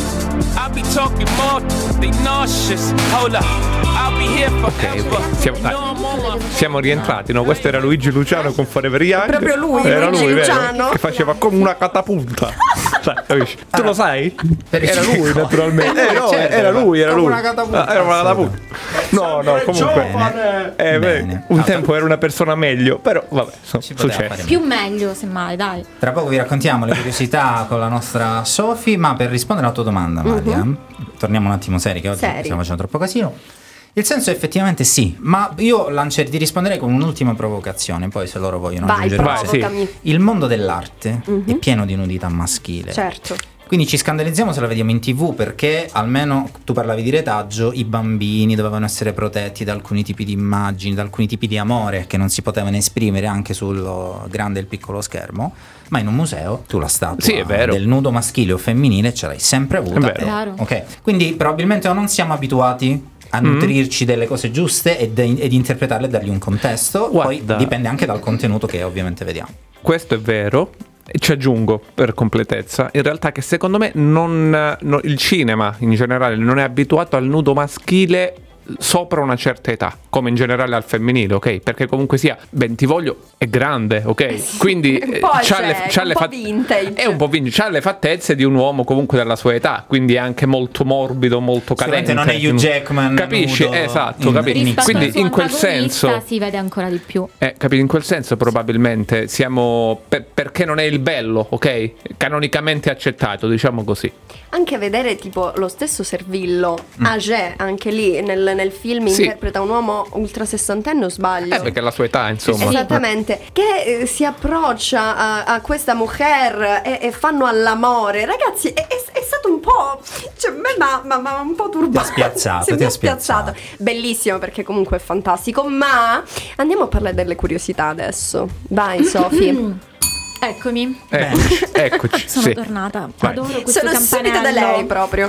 I be talking more. They nauseous. Hold up, I'll be here forever. Siamo, dai, No, I'm on my siamo rientrati, no? Questo era Luigi Luciano con Forever Young. Proprio lui, era Luigi lui, vero? Luciano. Che faceva come una catapulta. Cioè, capisci? Tu lo sai? Per Era che lui, cosa? naturalmente. Eh, no, Certo, era lui, era come lui. una catapulta. Ah, era una catapulta. No, no, comunque. Eh, beh, Bene. un Ah, tempo era una persona meglio, però vabbè, so- Ci poteva succede. fare Più meglio, semmai, dai. Tra poco vi raccontiamo le curiosità con la nostra Sofi, ma per rispondere alla tua domanda, Maria, torniamo un attimo seri, che oggi Seri. stiamo facendo troppo casino. Il senso è effettivamente sì, ma io lancer- ti risponderei con un'ultima provocazione, poi se loro vogliono Vai, aggiungere Vai, sì. provocami. Il mondo dell'arte è Mhm. pieno di nudità maschile. Certo. Quindi ci scandalizziamo se la vediamo in tv perché almeno tu parlavi di retaggio, i bambini dovevano essere protetti da alcuni tipi di immagini, da alcuni tipi di amore che non si potevano esprimere anche sul grande e il piccolo schermo, ma in un museo tu la statua Sì, è vero. del nudo maschile o femminile ce l'hai sempre avuta. È vero. e- Chiaro. ok. Quindi probabilmente o non siamo abituati a Mm. nutrirci delle cose giuste e de- ed interpretarle e dargli un contesto, poi Guarda. dipende anche dal contenuto che ovviamente vediamo. Questo è vero. E ci aggiungo per completezza, in realtà, che secondo me non, no, il cinema in generale non è abituato al nudo maschile sopra una certa età, come in generale al femminile, ok? Perché comunque sia Bentivoglio è grande, ok? Quindi Un eh, po' c'ha c'è, le, c'ha un le po' fat- vintage. è un po' vintage, c'ha le fattezze di un uomo comunque della sua età, quindi è anche molto morbido, molto Sicuramente cadente. non è Hugh Jackman Capisci? nudo Esatto, in- capisci? in Rispetto al Quindi suo in quel antagonista senso si vede ancora di più. eh, capito, in quel senso probabilmente siamo per- perché non è il bello, ok? Canonicamente accettato, diciamo così. Anche vedere tipo lo stesso Servillo, Agé, anche lì nel, nel film Mm. Sì. interpreta un uomo ultra sessantenne o sbaglio? Eh, perché è la sua età, insomma. Esattamente, che eh, si approccia a, a questa mujer e, e fanno all'amore. Ragazzi, è, è- è stato un po'. Cioè, me ma, ma, ma un po' turbato. Ti ha spiazzato, Sì, ti mi ha ha spiazzato. Bellissimo perché comunque è fantastico. Ma andiamo a parlare delle curiosità adesso. Vai, Sofi. Eccomi. Eccoci, eccoci, Sono sì. tornata. Vai. Adoro questo Sono subito da campanello. lei proprio. E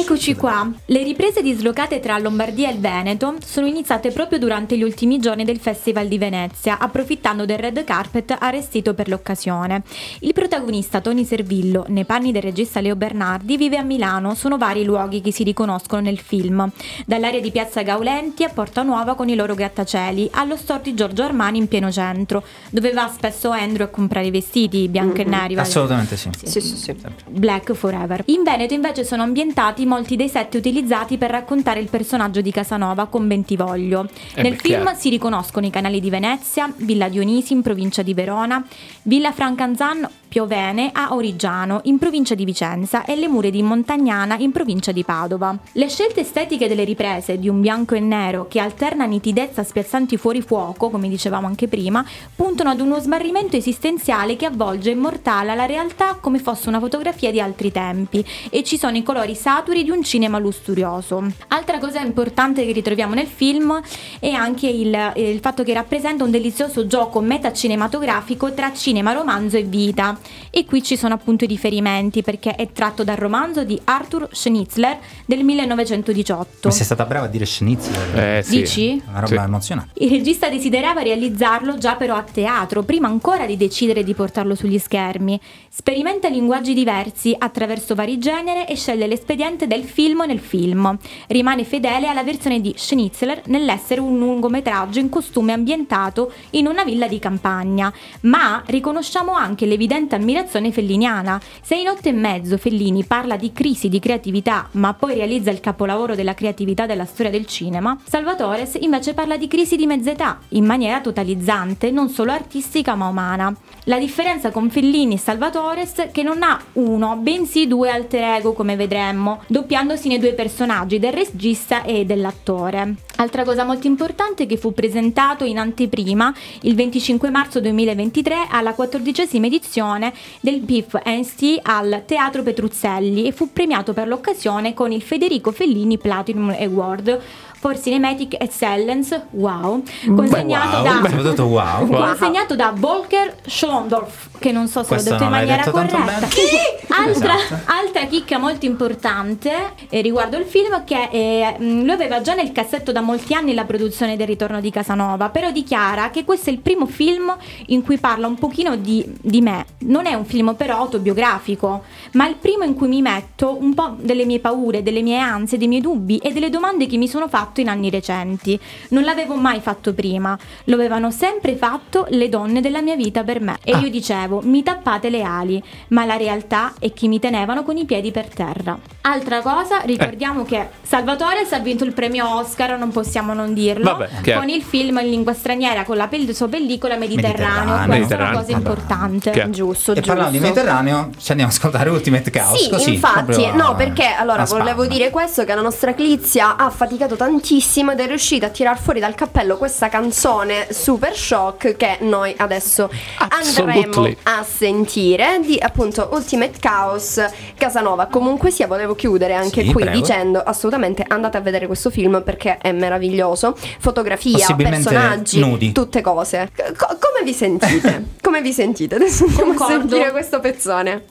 Eccoci qua. Le riprese dislocate tra Lombardia e il Veneto sono iniziate proprio durante gli ultimi giorni del Festival di Venezia, approfittando del red carpet arrestito per l'occasione. Il protagonista Tony Servillo, nei panni del regista Leo Bernardi, vive a Milano. Sono vari i luoghi che si riconoscono nel film, dall'area di Piazza Gaulenti a Porta Nuova con i loro grattacieli, allo store di Giorgio Armani in pieno centro, dove va spesso Andrew a comprare i vestiti bianco e neri. Assolutamente sì. Sì, sì, sì. Black Forever. In Veneto invece sono ambientati molti dei set utilizzati per raccontare il personaggio di Casanova con Bentivoglio. Eh Nel beh, film chiaro. si riconoscono i canali di Venezia, Villa Dionisi in provincia di Verona, Villa Francanzan Piovene a Origiano in provincia di Vicenza e le mura di Montagnana in provincia di Padova. Le scelte estetiche delle riprese, di un bianco e nero che alterna nitidezza a spiazzanti fuorifuoco, come dicevamo anche prima, puntano ad uno smarrimento esistenziale che avvolge e immortala la realtà come fosse una fotografia di altri tempi, e ci sono i colori saturi di un cinema lusturioso. Altra cosa importante che ritroviamo nel film è anche il, il fatto che rappresenta un delizioso gioco metacinematografico tra cinema, romanzo e vita. E qui ci sono appunto i riferimenti, perché è tratto dal romanzo di Arthur Schnitzler del millenovecentodiciotto. Ma sei stata brava a dire Schnitzel. Eh, sì. Dici? Una roba emozionante. Il regista desiderava realizzarlo già però a teatro, prima ancora di decidere di portarlo sugli schermi. Sperimenta linguaggi diversi attraverso vari generi e sceglie l'espediente del film nel film. Rimane fedele alla versione di Schnitzler nell'essere un lungometraggio in costume ambientato in una villa di campagna, ma riconosciamo anche l'evidente ammirazione felliniana. Se in Otto e mezzo Fellini parla di crisi di creatività, ma poi realizza il capolavoro della creatività della storia del cinema, Salvatores invece parla di crisi di mezza età, in maniera totalizzante, non solo artistica ma umana. La differenza con Fellini e Salvatores che non ha uno, bensì due alter ego, come vedremo, doppiandosi nei due personaggi, del regista e dell'attore. Altra cosa molto importante è che fu presentato in anteprima il venticinque marzo duemilaventitré alla quattordicesima edizione del P I F N S T al Teatro Petruzzelli e fu premiato per l'occasione con il Federico Fellini Platinum Award for Cinematic Excellence, wow, consegnato wow, da soprattutto wow. consegnato da Volker Schlondorf, che non so se Questo l'ho detto in non l'hai maniera detto tanto corretta. bene. Altra, Esatto. altra chicca molto importante eh, riguardo il film, che eh, mh, lo aveva già nel cassetto da molti anni la produzione del Ritorno di Casanova, però dichiara che questo è il primo film in cui parla un pochino di, di me. Non è un film però autobiografico, ma è il primo in cui mi metto un po' delle mie paure, delle mie ansie, dei miei dubbi e delle domande che mi sono fatto in anni recenti. Non l'avevo mai fatto prima, lo avevano sempre fatto le donne della mia vita per me, e io dicevo: mi tappate le ali, ma la realtà è che mi tenevano con i piedi per terra. Altra cosa, ricordiamo eh. che Salvatores ha vinto il premio Oscar, non possiamo non dirlo. Vabbè, chiaro. Con il film in lingua straniera, con la pel- sua pellicola Mediterraneo. Mediterraneo. Questa è una Mediterraneo. cosa importante. Chiaro. Giusto, E giusto. parlando di Mediterraneo, ci andiamo ad ascoltare Ultimate Chaos. Sì, così, infatti, proprio a- no, perché allora a spam. volevo dire questo, che la nostra Clizia ha faticato tantissimo ed è riuscita a tirar fuori dal cappello questa canzone super shock che noi adesso andremo Absolutely. a sentire, di appunto Ultimate Chaos Casanova. Comunque sia, volevo chiudere anche Sì, qui prego. dicendo assolutamente andate a vedere questo film perché è meraviglioso. Fotografia, Possibilmente personaggi, nudi. tutte cose. Co- come vi sentite? Come vi sentite? Adesso andiamo a Concordo. sentire questo pezzone.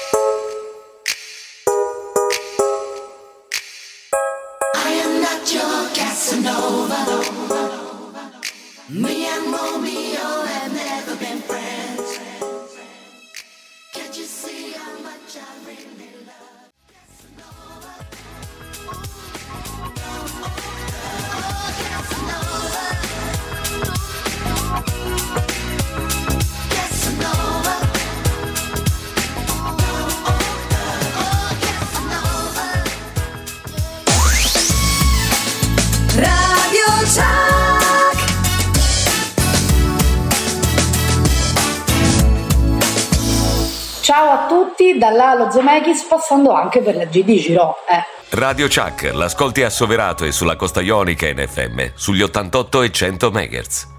I am not your Casanova. Me and Romeo have never been friends. Can't you see how much I really love Casanova? Oh, Casanova. Casanova. Oh, Casanova. Radio Chuck. Ciao a tutti, dall'Alo Zemeckis passando anche per la G D Giro. Eh. Radio Chuck, l'ascolti a Soverato e sulla costa ionica in F M, sugli ottantotto e cento megahertz.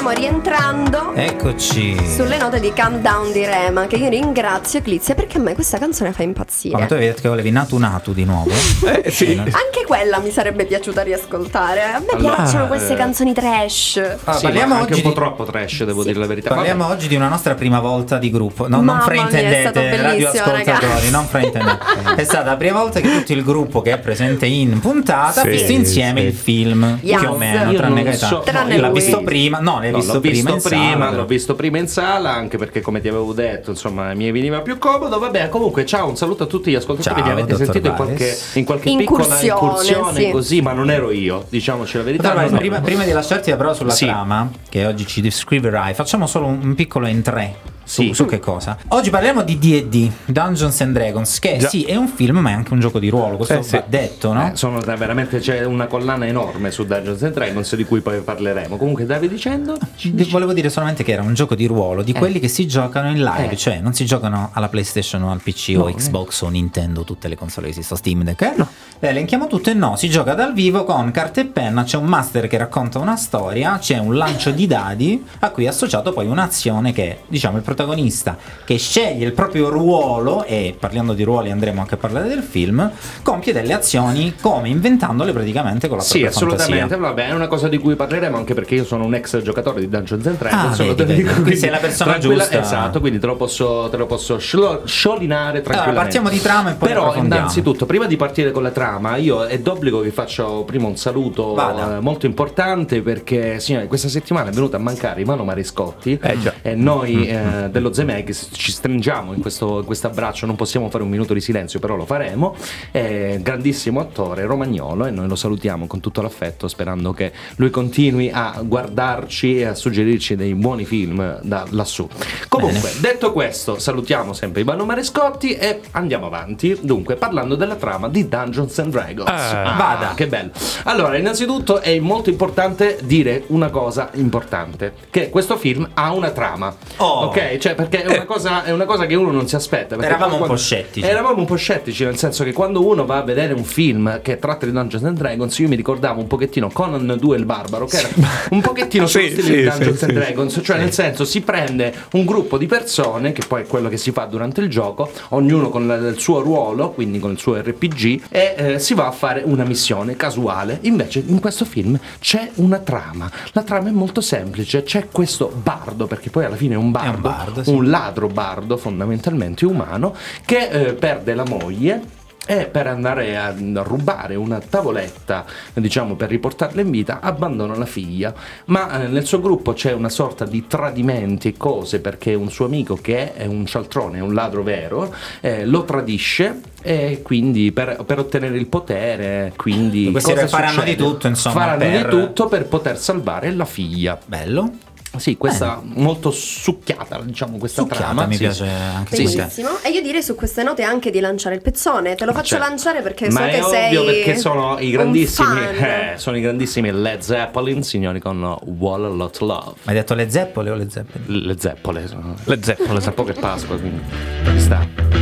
stiamo rientrando Eccoci. sulle note di Calm Down di Rema, che io ringrazio Eclizia perché a me questa canzone fa impazzire. Ma tu avevi detto che volevi Natu Natu di nuovo? Eh, sì. Anche quella mi sarebbe piaciuta riascoltare. A me Allora, piacciono queste eh, canzoni trash. Ah, Sì, parliamo ma anche oggi un po' di- troppo trash, devo dire la verità. Parliamo oggi di una nostra prima volta di gruppo. No, non Mamma mia, è stato fraintendete, bellissimo, radioascoltatori, ragazzi. non fraintendete. È stata la prima volta che tutto il gruppo che è presente in puntata Sì, ha visto insieme sì. il film, Yes. più o meno, Io tranne non Gaetano. so- Tranne Io l'ho lui. visto prima, no, l'hai No, visto l'ho prima visto in prima, sala, però. l'ho visto prima in sala, anche perché come ti avevo detto, insomma, mi veniva più comodo. Vabbè, comunque ciao, un saluto a tutti gli ascoltatori. Ciao, Mi avete dottor sentito in Valles. qualche, in qualche Incursione, piccola incursione sì. così, ma non ero io, diciamoci la verità. Dottor Valles, no, no. prima, prima di lasciarti però sulla Sì. trama, che oggi ci descriverai, facciamo solo un, un piccolo in tre. Su, Sì. su che cosa? Oggi parliamo di D and D, Dungeons and Dragons, che Già. sì, è un film, ma è anche un gioco di ruolo. Questo Eh, sì. va detto, no? Eh, sono da- veramente c'è una collana enorme su Dungeons and Dragons di cui poi parleremo. Comunque stavi dicendo? Di- Volevo dire solamente che era un gioco di ruolo di Eh. quelli che si giocano in live, Eh. cioè non si giocano alla PlayStation o al P C No, o eh. Xbox o Nintendo, tutte le console che esistono, Steam Deck. Eh? Le elenchiamo tutte, no, si gioca dal vivo con carta e penna, c'è un master che racconta una storia, c'è un lancio di dadi a cui è associato poi un'azione che, diciamo, il protagonista che sceglie il proprio ruolo, e parlando di ruoli andremo anche a parlare del film, compie delle azioni come inventandole praticamente con la Sì, propria assolutamente. fantasia. Vabbè, è una cosa di cui parleremo anche perché io sono un ex giocatore di Dungeons and Dragons. Ah, solo vedi, te lo vedi. dico, Quindi quindi sei la persona tranquilla- giusta. Esatto, quindi te lo posso, te lo posso sciolo- sciolinare tranquillamente. Allora, partiamo di trama e poi Però approfondiamo. innanzitutto, prima di partire con la trama, io è d'obbligo che faccio prima un saluto Vada. eh, molto importante perché, signori, questa settimana è venuta a mancare Ivano Mariscotti Eh, già. e noi eh, dello Zemeckis ci stringiamo in questo, in questo abbraccio. Non possiamo fare un minuto di silenzio, però lo faremo. È grandissimo attore romagnolo e noi lo salutiamo con tutto l'affetto, sperando che lui continui a guardarci e a suggerirci dei buoni film da lassù. Comunque, detto questo, salutiamo sempre Ivano Marescotti e andiamo avanti. Dunque, parlando della trama di Dungeons and Dragons. Ah. Vada, che bello. Allora, innanzitutto è molto importante dire una cosa importante, che questo film ha una trama. Oh. Ok? Cioè, perché è una cosa, è una cosa che uno non si aspetta. perché Eravamo un quando- po' scettici. Eravamo un po' scettici, nel senso che quando uno va a vedere un film che tratta di Dungeons and Dragons, io mi ricordavo un pochettino Conan due il Barbaro, che era un pochettino sullo Sì, stile sì, di Dungeons sì, and sì. Dragons, cioè nel senso si prende un gruppo di persone, che poi è quello che si fa durante il gioco, ognuno con la- il suo ruolo, quindi con il suo R P G, e eh, si va a fare una missione casuale. Invece in questo film c'è una trama. La trama è molto semplice, c'è questo bardo, perché poi alla fine è un bardo, bardo, sì. un ladro bardo fondamentalmente umano, che eh, perde la moglie e per andare a rubare una tavoletta, diciamo, per riportarla in vita, abbandona la figlia. Ma eh, nel suo gruppo c'è una sorta di tradimenti e cose, perché un suo amico, che è un cialtrone, è un ladro vero, eh, lo tradisce, e quindi per, per ottenere il potere, quindi Questi cosa faranno succede? di tutto, insomma, faranno per- di tutto per poter salvare la figlia. Bello. Sì, questa molto succhiata, diciamo, questa Succhiata, trama. mi sì. piace anche Sì, questa. sì. Benissimo. E io direi su queste note anche di lanciare il pezzone. Te lo Ma faccio certo. lanciare perché Ma so è che ovvio, sei perché sono i un grandissimi fan. eh, sono i grandissimi Led Zeppelin, signori, con Wall a Lot Love. Ma hai detto le zeppole o le zeppole? Le zeppole sono Le zeppole. Sa poco è Pasqua, quindi ci sta.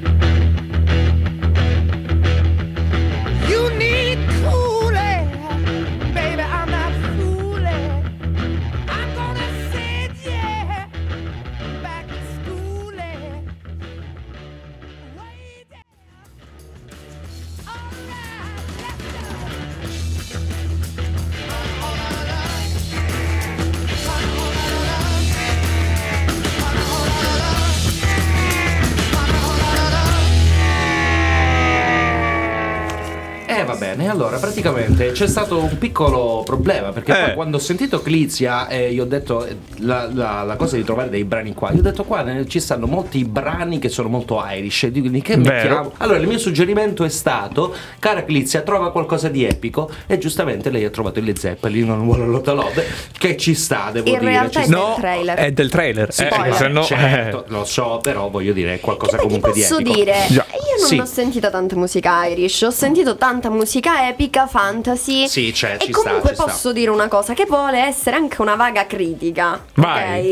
You need cool air, baby. I'm not fooling. I'm gonna send you back to school. Way down. All right, let's go. Eh va bene, allora praticamente c'è stato un piccolo problema, perché Eh. poi quando ho sentito Clizia e io ho detto eh, la, la- la cosa di trovare dei brani qua, io ho detto qua eh, ci stanno molti brani che sono molto Irish, e dico di che Vero. mettiamo? Allora il mio suggerimento è stato: cara Clizia, trova qualcosa di epico, e giustamente lei ha trovato il Led Zeppelin, non vuole Lotta Love, che ci sta, devo In dire. realtà ci è sta. del trailer. È del trailer. Sì, eh, eh, se no, certo, eh. lo so, però voglio dire è qualcosa Che poi ti comunque di posso epico. dire, Già. io non Sì. ho sentito tanta musica Irish, ho sentito tanta musica epica, fantasy. Sì, c'è, e ci sta, comunque ci sta. posso dire una cosa che vuole essere anche una vaga critica. Vai. Ok?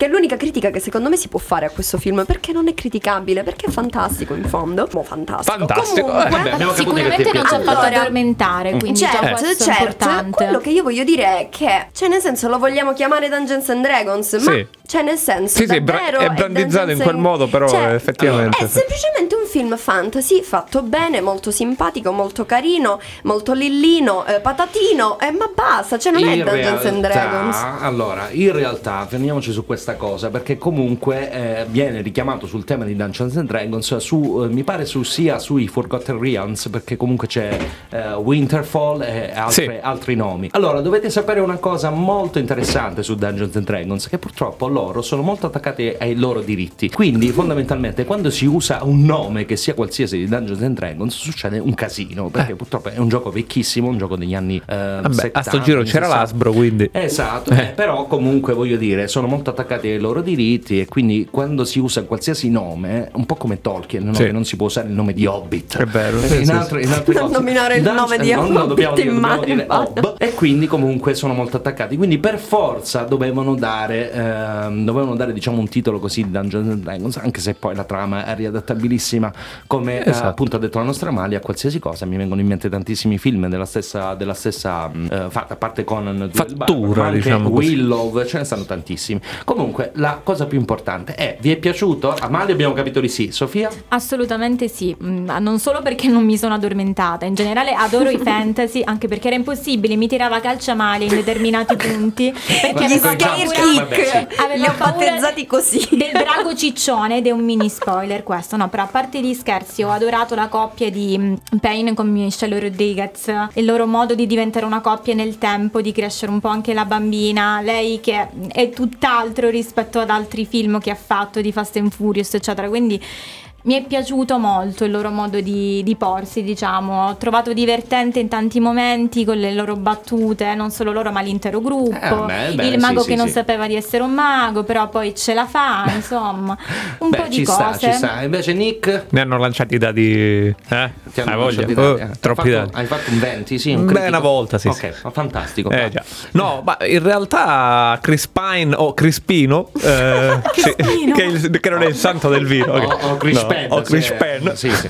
che è l'unica critica che secondo me si può fare a questo film, perché non è criticabile, perché è fantastico in fondo. Mo fantastico. Fantastico. Comunque, Eh, vabbè, abbiamo capito Sicuramente che ti non ci ha piace. fatto Allora, addormentare, quindi già certo, questo è certo. importante. Quello che io voglio dire è che, cioè nel senso, lo vogliamo chiamare Dungeons and Dragons, Sì. ma cioè nel senso Sì, sì, bra- davvero è brandizzato in Dungeons quel and- modo, però cioè, effettivamente è sì. semplicemente un film fantasy fatto bene, molto simpatico, molto carino, molto lillino, eh, patatino, eh, ma basta, cioè non è In Dungeons and realtà, Dragons. allora, in realtà fermiamoci su questa cosa, perché comunque eh, viene richiamato sul tema di Dungeons and Dragons su, eh, mi pare su sia sui Forgotten Realms, perché comunque c'è eh, Winterfall e altre- Sì. altri nomi. Allora, dovete sapere una cosa molto interessante su Dungeons and Dragons, che purtroppo loro sono molto attaccati ai loro diritti. Quindi fondamentalmente quando si usa un nome che sia qualsiasi di Dungeons and Dragons succede un casino, perché purtroppo è un gioco vecchissimo, un gioco degli anni eh, Vabbè, settanta, a sto giro anni c'era sessanta. l'Asbro, quindi Esatto, Eh. eh, però comunque voglio dire, sono molto attaccati ai loro diritti e quindi quando si usa qualsiasi nome, un po' come Tolkien, no? Sì. Che non si può usare il nome di Hobbit. È vero, Eh, sì, in sì, altre, sì. in altre Non cose. nominare il Dungeon- nome di no, no, Hobbit dobbiamo dire, in dobbiamo mare, dire vado. Hobb, e quindi comunque sono molto attaccati, quindi per forza dovevano dare ehm, dovevano dare diciamo un titolo così di Dungeons and Dragons, anche se poi la trama è riadattabilissima, come eh, Esatto. appunto ha detto la nostra Amalia, qualsiasi cosa. Mi vengono in mente tantissimi film della stessa della stessa mh, eh, fatta, a parte Conan Fattura, ma anche diciamo così. Willow, ce ne stanno tantissimi. Comunque la cosa più importante è: vi è piaciuto? Amalia abbiamo capito di sì. Sofia? Assolutamente sì, mm, non solo perché non mi sono addormentata, in generale adoro i fantasy, anche perché era impossibile, mi tirava calcio a male in determinati punti, perché Gli avevo scare paura, kick, avevo li ho paura battezzati così. del drago ciccione, ed è un mini spoiler questo, no, però a parte gli scherzi ho adorato la coppia di mm, Payne con Michelle Rodriguez, il loro modo di diventare una coppia nel tempo, di crescere un po' anche la bambina, lei che è tutt'altro rispetto ad altri film che ha fatto, di Fast and Furious eccetera, quindi mi è piaciuto molto il loro modo di, di porsi, diciamo. Ho trovato divertente in tanti momenti con le loro battute, non solo loro ma l'intero gruppo. Eh, vabbè, beh, il mago sì, che sì, non sì. sapeva di essere un mago, però poi ce la fa, insomma, un Beh, po' di ci cose. sta, ci sta. Invece Nick? Ne hanno lanciati i dati, eh? Ti hanno Hai voglia? lasciato i Oh, dati, eh. troppi hai dati. fatto, hai fatto un venti, sì, un Beh, critico. una volta, sì, Ok, sì. ma fantastico. Eh, già. No, ma in realtà Chris Pine o Crispino, eh, sì, che, è il- che non è il santo del vino, ok. O- o Chris No, Penn, o Chris sì, Penn. sì, sì.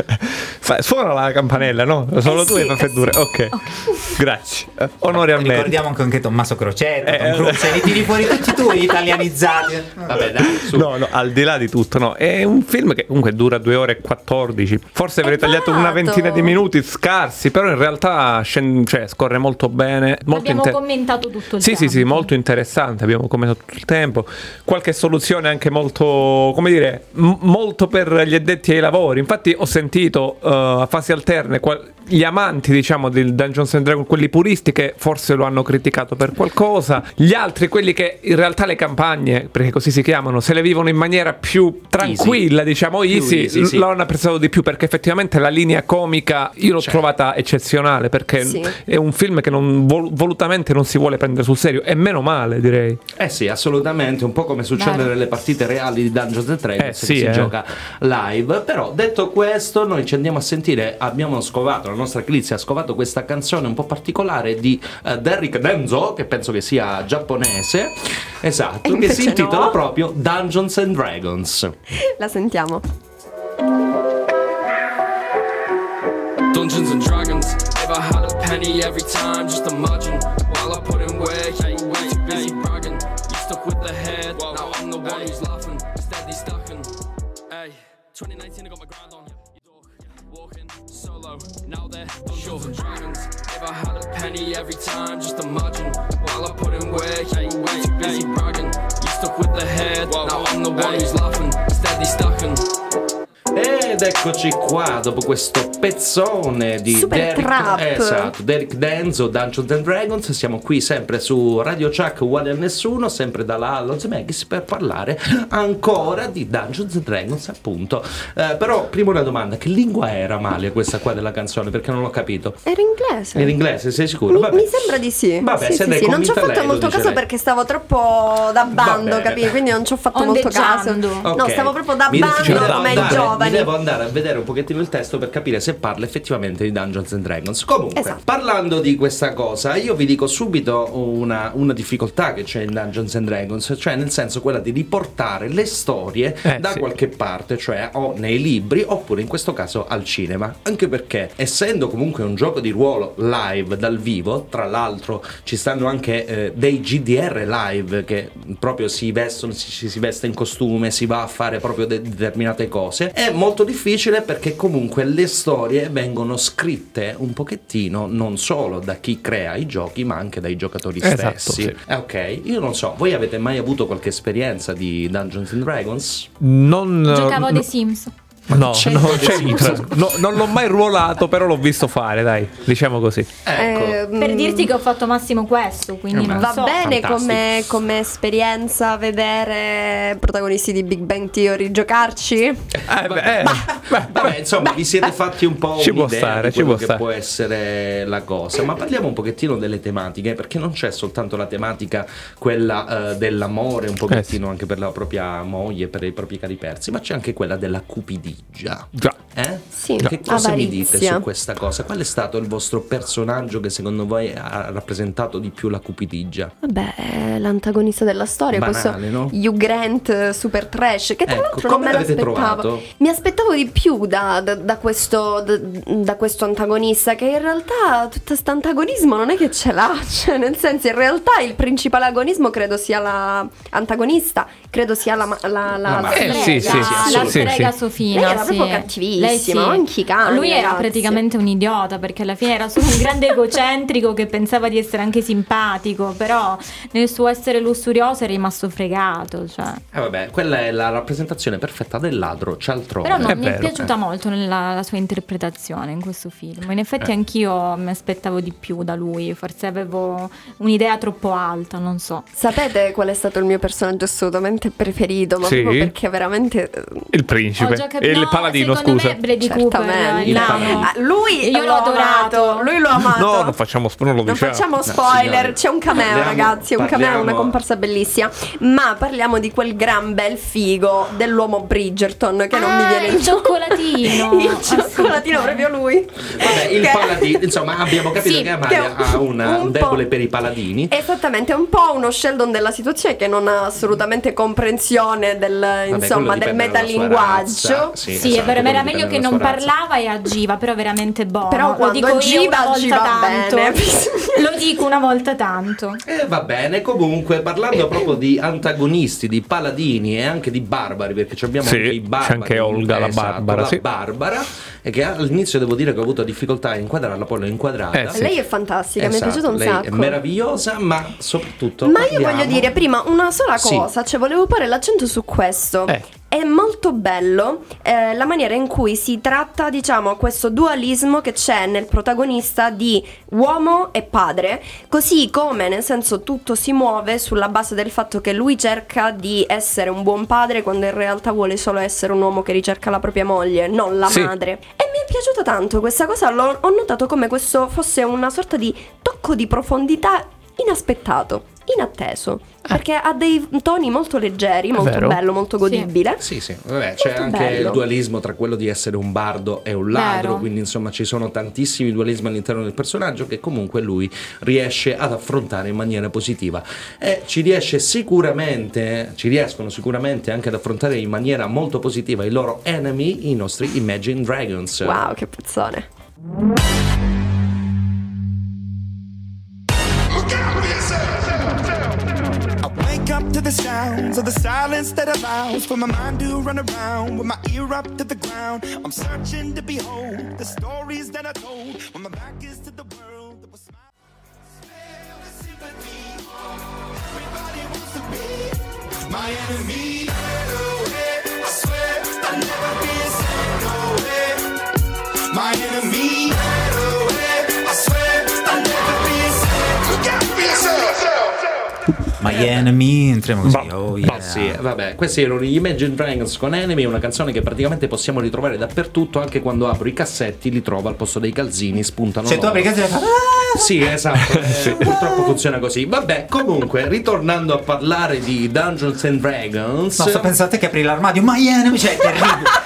Fa- Suona la campanella, no? Solo Eh tu sì, hai fatto eh due. sì. Ok, grazie. Eh, Onore al merito. Ricordiamo anche, anche Tommaso Crocetta, Eh, Tom eh. Cruise, li tiri fuori tutti tu, gli italianizzati. Vabbè, dai, su. No, no, al di là di tutto, no. È un film che comunque dura due ore e quattordici. Forse avrei tagliato una Esatto. ventina di minuti scarsi, però in realtà scen- cioè, scorre molto bene. Molto Abbiamo inter- commentato tutto il Sì, tempo. sì, sì, molto interessante. Abbiamo commentato tutto il tempo. Qualche soluzione anche molto, come dire, m- molto per gli addetti ai lavori. Infatti, ho sentito eh, a fasi alterne qual- gli amanti, diciamo, del Dungeons and Dragons, quelli puristi, che forse lo hanno criticato per qualcosa. Gli altri, quelli che in realtà le campagne, perché così si chiamano, se le vivono in maniera più tranquilla, diciamo Più easy, easy, sì. lo hanno apprezzato di più, perché effettivamente la linea comica io l'ho trovata eccezionale, perché Sì. è un film che non vol- volutamente non si vuole prendere sul serio, e meno male, direi. Eh sì, assolutamente, un po' come succede Vero. nelle partite reali di Dungeons and Dragons, Eh che sì, si eh. gioca live. Però detto questo, noi ci andiamo a sentire, abbiamo scovato, la nostra Clizia ha scovato questa canzone un po' particolare di uh, Derrick Denzo, che penso che sia giapponese, esatto, E che si invece intitola no. proprio Dungeons and Dragons. La sentiamo. Dungeons and Dragons. If I had a penny every time, just imagine. While I put in work, you were way too busy bragging. You stuck with the head, now I'm the one who's laughing. Steady stacking. Hey, twenty nineteen, I got my grind on. Walking solo, now they're Dungeons and Dragons. If I had a penny every time, just imagine. While I put in work, you were way too busy bragging. You stuck with the head, now I'm the one who's laughing. Steady stacking. Ed eccoci qua dopo questo pezzone di Super Derrick, trap. esatto, Derrick Denzo, Dungeons and Dragons. Siamo qui sempre su Radio Chuck uguale a nessuno, sempre dalla Allo Zemeckis, per parlare ancora di Dungeons and Dragons, appunto. Eh, però prima una domanda: che lingua era, Amalia, questa qua della canzone? Perché non l'ho capito. Era inglese. Era inglese, sei sicuro? Mi, Vabbè. mi sembra di sì. Vabbè, sì, se sì, ne è sì. Non ci ho convinta fatto lei, lo molto dice caso lei. perché stavo troppo da bando, bene. capì? Quindi non ci ho fatto molto caso. Ondeggiando. No, Ok. stavo proprio da Mi- bando mi devo come i andare- giovani. Mi devo andare a vedere un pochettino il testo per capire se parla effettivamente di Dungeons and Dragons. Comunque, Esatto. parlando di questa cosa, io vi dico subito una, una difficoltà che c'è in Dungeons and Dragons, cioè nel senso quella di riportare le storie Eh, da sì. qualche parte, cioè o nei libri oppure in questo caso al cinema, anche perché essendo comunque un gioco di ruolo live dal vivo, tra l'altro ci stanno anche eh, dei G D R live che proprio si vestono, si, si veste in costume, si va a fare proprio de- determinate cose, è molto difficile perché comunque le storie vengono scritte un pochettino non solo da chi crea i giochi ma anche dai giocatori Esatto, stessi. sì. Eh, ok, io non so, voi avete mai avuto qualche esperienza di Dungeons and Dragons? Non Giocavo a no, The Sims. No, C'entra no, The c'entra. Sims. No, non l'ho mai ruolato, però l'ho visto fare, dai, diciamo così. Ecco. Per dirti che ho fatto massimo questo, quindi non Va so. bene Fantastico. come, come esperienza vedere protagonisti di Big Bang Theory giocarci? Eh, beh, eh, Vabbè, insomma, vi siete fatti un po' Ci può un'idea stare, di ci quello può che stare. può essere la cosa, ma parliamo un pochettino delle tematiche, perché non c'è soltanto la tematica quella eh, dell'amore, un pochettino anche per la propria moglie, per i propri cari persi, ma c'è anche quella della cupidigia. Già. Eh? Sì, Che cosa mi avarizia. dite su questa cosa? Qual è stato il vostro personaggio che secondo voi ha rappresentato di più la cupidigia? Vabbè, è l'antagonista della storia, Banale, questo no? Hugh Grant eh, super trash, che tra Ecco, l'altro non come me l'avete l'aspettavo. trovato? Mi aspettavo di più da, da- da questo, da, da questo antagonista, che in realtà tutto questo antagonismo non è che ce l'ha, cioè nel senso in realtà il principale agonismo credo sia la antagonista, credo sia la, la, la, La la madre. Eh, strega. sì, sì, sì, La sì, strega sì. Sofina. Lei era sì. proprio cattivissima, Lei sì. anche i cani, Lui era ragazzi. praticamente un idiota perché alla fine era solo un grande egocentrico che pensava di essere anche simpatico, però nel suo essere lussurioso è rimasto fregato. Cioè. Eh vabbè, quella è la rappresentazione perfetta del ladro cialtrone. Però non È mi è vero, piaciuta molto nella, la sua interpretazione in questo film. In effetti Eh. anch'io mi aspettavo di più da lui, forse avevo un'idea troppo alta, non so. Sapete qual è stato il mio personaggio assolutamente preferito? Ma Sì. proprio perché veramente eh, Il Ho principe. già cap- il no, paladino, secondo scusa. me Brady Certamente. Cooper, Il nano. paladino. Ah, lui Io l'ho l'ho adorato. amato, lui l'ho amato. No, non facciamo non lo Non diciamo. facciamo No, spoiler, signori, c'è un cameo parliamo- ragazzi, è un cameo, parliamo- una comparsa bellissima. Ma parliamo di quel gran bel figo dell'uomo Bridgerton che non Ah, mi viene il cioccolatino. Il Ah, sì, cioccolatino, ok. proprio lui. Vabbè, il Che- paladino, insomma, abbiamo capito Sì, che Amalia che ha una- un un po'- debole per i paladini. Esattamente, è un po' uno Sheldon della situazione che non ha assolutamente comprensione del, insomma, quello del dipende dalla sua metalinguaggio. razza. Sì, esatto, è vero, quello era dipende meglio che dalla non sua razza. parlava e agiva, però veramente buono. Però Lo quando dico io agiva, una volta agiva tanto. bene. Lo dico una volta tanto. E va bene, comunque, parlando proprio di antagonisti, di paladini e anche di barbari, perché ci abbiamo Sì, anche i c'è barbari. anche Olga, la esatto, barbara, la sì. barbara, e che all'inizio devo dire che ho avuto difficoltà a inquadrarla, poi l'ho inquadrata. Eh, sì. Lei è fantastica, mi è Esatto, piaciuta un lei sacco. è meravigliosa, ma soprattutto Ma io parliamo- voglio dire prima una sola Sì. cosa, cioè volevo porre l'accento su questo. Eh. È molto bello eh, la maniera in cui si tratta, diciamo, questo dualismo che c'è nel protagonista di uomo e padre, così come nel senso tutto si muove sulla base del fatto che lui cerca di essere un buon padre quando in realtà vuole solo essere un uomo che ricerca la propria moglie, non la Sì. madre. E mi è piaciuta tanto questa cosa, l'ho, ho notato come questo fosse una sorta di tocco di profondità inaspettato, inatteso, perché ha dei toni molto leggeri, molto vero. bello, molto godibile. Sì, sì, vabbè, c'è Molto anche bello. il dualismo tra quello di essere un bardo e un ladro, Vero. quindi insomma ci sono tantissimi dualismi all'interno del personaggio che comunque lui riesce ad affrontare in maniera positiva e ci riesce sicuramente, ci riescono sicuramente anche ad affrontare in maniera molto positiva i loro enemy, i nostri Imagine Dragons. Wow, che pezzone. I wake up to the sounds of the silence that allows for my mind to run around with my ear up to the ground. I'm searching to behold the stories that I told when my back is to the world that was everybody wants to be my enemy. I swear I'll never be a saint, no way. My enemy. I swear I'll never be a saint. Look out for yourself. My enemy, entriamo così. Oh, yeah. Ma sì, vabbè, questi erano gli Imagine Dragons con Enemy, una canzone che praticamente possiamo ritrovare dappertutto, anche quando apro i cassetti li trovo al posto dei calzini, spuntano. Se tu apri i loro. cassetti Sì, esatto, eh, purtroppo funziona così. Vabbè, comunque, ritornando a parlare di Dungeons and Dragons. No, sto pensate che apri l'armadio, my enemy, cioè è terribile.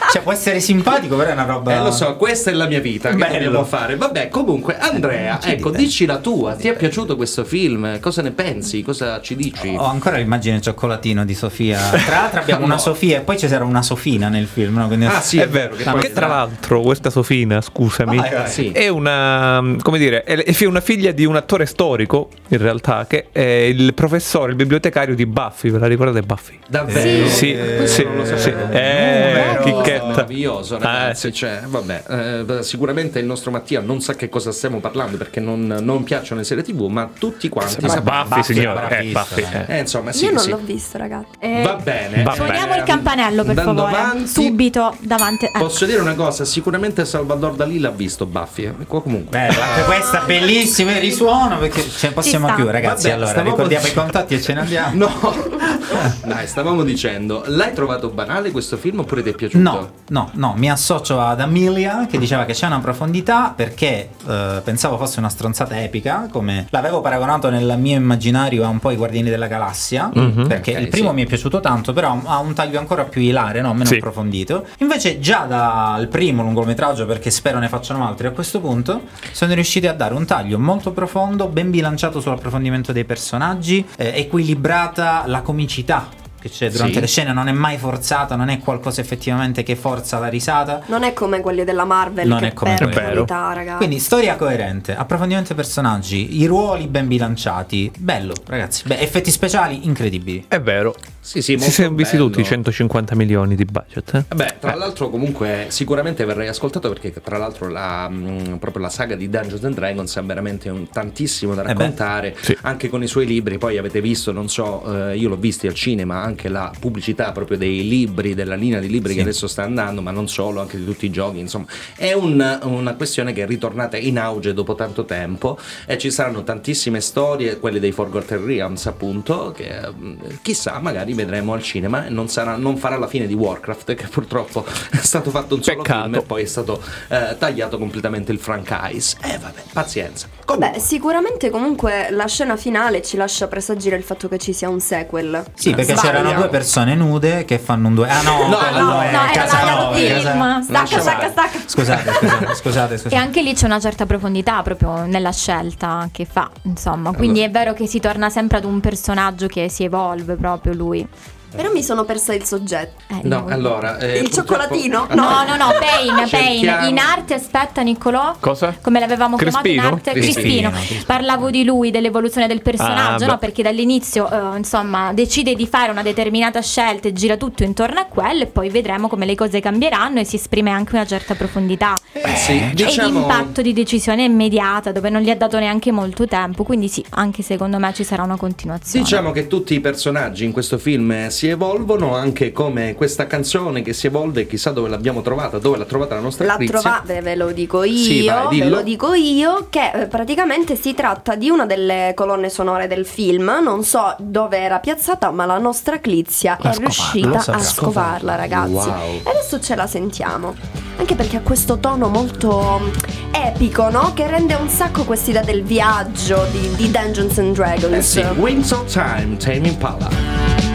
Cioè, può essere simpatico, però è una roba. Eh, lo so, questa è la mia vita. Che Bello. dobbiamo fare? Vabbè, comunque, Andrea, Ci ecco, dite. dici la tua. Ti è piaciuto questo film? Cosa ne pensi? Cosa ci dici? Ho ancora l'immagine cioccolatino di Sofia. Tra l'altro abbiamo una No. Sofia e poi ci sarà una Sofina nel film, no? Quindi- Ah, sì, È vero, che, Ah, che tra l'altro questa Sofina, scusami, Vai, vai. Sì. è una, come dire, è è una figlia di un attore storico, in realtà, che è il professore, il bibliotecario di Buffy, ve la ricordate Buffy? Davvero? Sì, Eh, sì, non lo sì. sapevo. Eh, Numero chicchetta. meraviglioso, ragazzi. Ah, sì. Cioè, vabbè, eh, sicuramente il nostro Mattia non sa che cosa stiamo parlando perché non, non piacciono le serie tivù, ma tutti quanti Ma sappiamo. Buffy, signore, eh, bravissima, Buffy. eh. eh. Eh, insomma, sì, Io non sì. l'ho visto, ragazzi. Eh, Va bene. Va Suoniamo bene. il campanello, per Andando favore. avanti. Subito davanti. eh. Posso dire una cosa? Sicuramente Salvador Dalì l'ha visto Buffy. eh. Qua comunque. Bello, anche questa bellissima il risuono perché ce ne possiamo sta. più, ragazzi. Vabbè, allora, stavamo ricordiamo dicendo- i contatti e ce ne andiamo. No, dai, stavamo dicendo, l'hai trovato banale questo film oppure ti è piaciuto? No, no, no, mi associo ad Amelia che diceva che c'è una profondità perché eh, pensavo fosse una stronzata epica, come l'avevo paragonato nel mio immaginario a un po' i Guardiani della Galassia, Mhm. perché Ok, il primo sì. mi è piaciuto tanto, però ha un taglio ancora più ilare, no? Meno Sì. approfondito. Invece già dal primo lungometraggio, perché spero ne facciano altri a questo punto, sono riusciti a dare un taglio molto profondo, ben bilanciato sull'approfondimento dei personaggi, eh, equilibrata la comicità che c'è durante Sì. le scene, non è mai forzata, non è qualcosa effettivamente che forza la risata. Non è come quelli della Marvel Non che è come perde quelli. qualità, ragazzi. Quindi storia coerente, approfondimento dei personaggi, i ruoli ben bilanciati, bello ragazzi, beh, effetti speciali incredibili. È vero. Sì, sì, Si molto sono visti bello. tutti i centocinquanta milioni di budget. Eh? Beh, tra l'altro comunque sicuramente verrei ascoltato perché tra l'altro la, mh, proprio la saga di Dungeons and Dragons ha veramente un, tantissimo da beh, raccontare, sì. anche con i suoi libri. Poi avete visto, non so, eh, io l'ho visti al cinema, anche la pubblicità proprio dei libri, della linea di libri Sì. che adesso sta andando, ma non solo, anche di tutti i giochi, insomma. È un- una questione che è ritornata in auge dopo tanto tempo e ci saranno tantissime storie, quelle dei Forgotten Realms appunto, che mh, chissà, magari vedremo al cinema e non, sarà, non farà la fine di Warcraft, che purtroppo è stato fatto un solo Peccato. film e poi è stato eh, tagliato completamente il franchise. E eh, vabbè, pazienza. Vabbè, sicuramente comunque la scena finale ci lascia presagire il fatto che ci sia un sequel. Sì, perché Sbaglia. c'erano due persone nude che fanno un due. Ah no, No, quello no, è no, era Casanova, l'altro Casa- film. Stacca, Lascia stacca, fare. stacca. Scusate, scusate, scusate, E scusate. anche lì c'è una certa profondità proprio nella scelta che fa, insomma. Quindi è vero che si torna sempre ad un personaggio che si evolve proprio lui. Però mi sono persa il soggetto. Eh, No, lui. allora eh, Il purtroppo- cioccolatino? No, no, no, Pain, Pain. Cerchiamo- In arte, aspetta Niccolò. Cosa? Come l'avevamo chiamato in Crispino? arte? Crispino. Crispino. Parlavo di lui, dell'evoluzione del personaggio, Ah, no? beh. Perché dall'inizio, eh, insomma, decide di fare una determinata scelta e gira tutto intorno a quello e poi vedremo come le cose cambieranno e si esprime anche una certa profondità. Eh, sì, E diciamo- l'impatto di decisione immediata, dove non gli ha dato neanche molto tempo, quindi sì, anche secondo me ci sarà una continuazione. Diciamo che tutti i personaggi in questo film si evolvono, anche come questa canzone che si evolve, chissà dove l'abbiamo trovata, dove l'ha trovata la nostra La Crizia. trovate, ve lo dico io, Sì, vai, ve dillo. lo dico io, che eh, praticamente si tratta di una delle colonne sonore del film, non so dove era piazzata, ma la nostra Clizia A è scovarla, riuscita saprà. a scovarla, ragazzi. Wow. E adesso ce la sentiamo, anche perché ha questo tono molto mm, epico, no? Che rende un sacco quest'idea del viaggio di, di Dungeons and Dragons. Eh sì, Winds of Time, Tame Impala.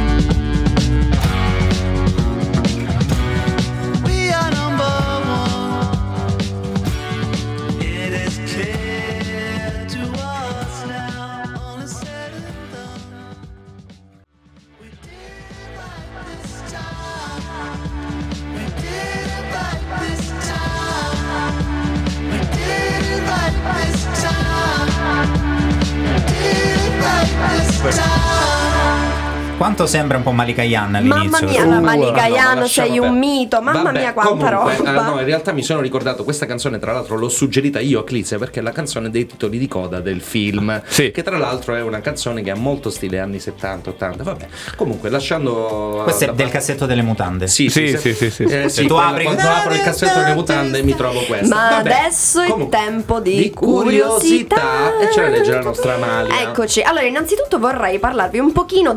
We are number one. It is clear to us now. Only said and done. We did it right this time. We did it right this time. We did it right this time. We did it right this time. Quanto sembra un po' Malika Yan Mamma all'inizio. mia, Uh, la Malika no, Yan, lasciamo sei un perdere. mito, mamma Vabbè, mia quanta comunque, roba. eh, no, in realtà mi sono ricordato questa canzone, tra l'altro l'ho suggerita io a Clizia perché è la canzone dei titoli di coda del film, Sì. che tra l'altro è una canzone che ha molto stile anni settanta ottanta. Vabbè, comunque lasciando Questo è da del parte- cassetto delle mutande. Sì, sì, Sì, sì, sì, sì, sì. Eh, Se sì, tu quella- apri- quando apro il cassetto delle mutande mi trovo questa. Ma Vabbè, adesso è comunque, tempo di, di curiosità. E ce la legge la nostra Amalia. Eccoci, allora innanzitutto vorrei parlarvi un pochino del cast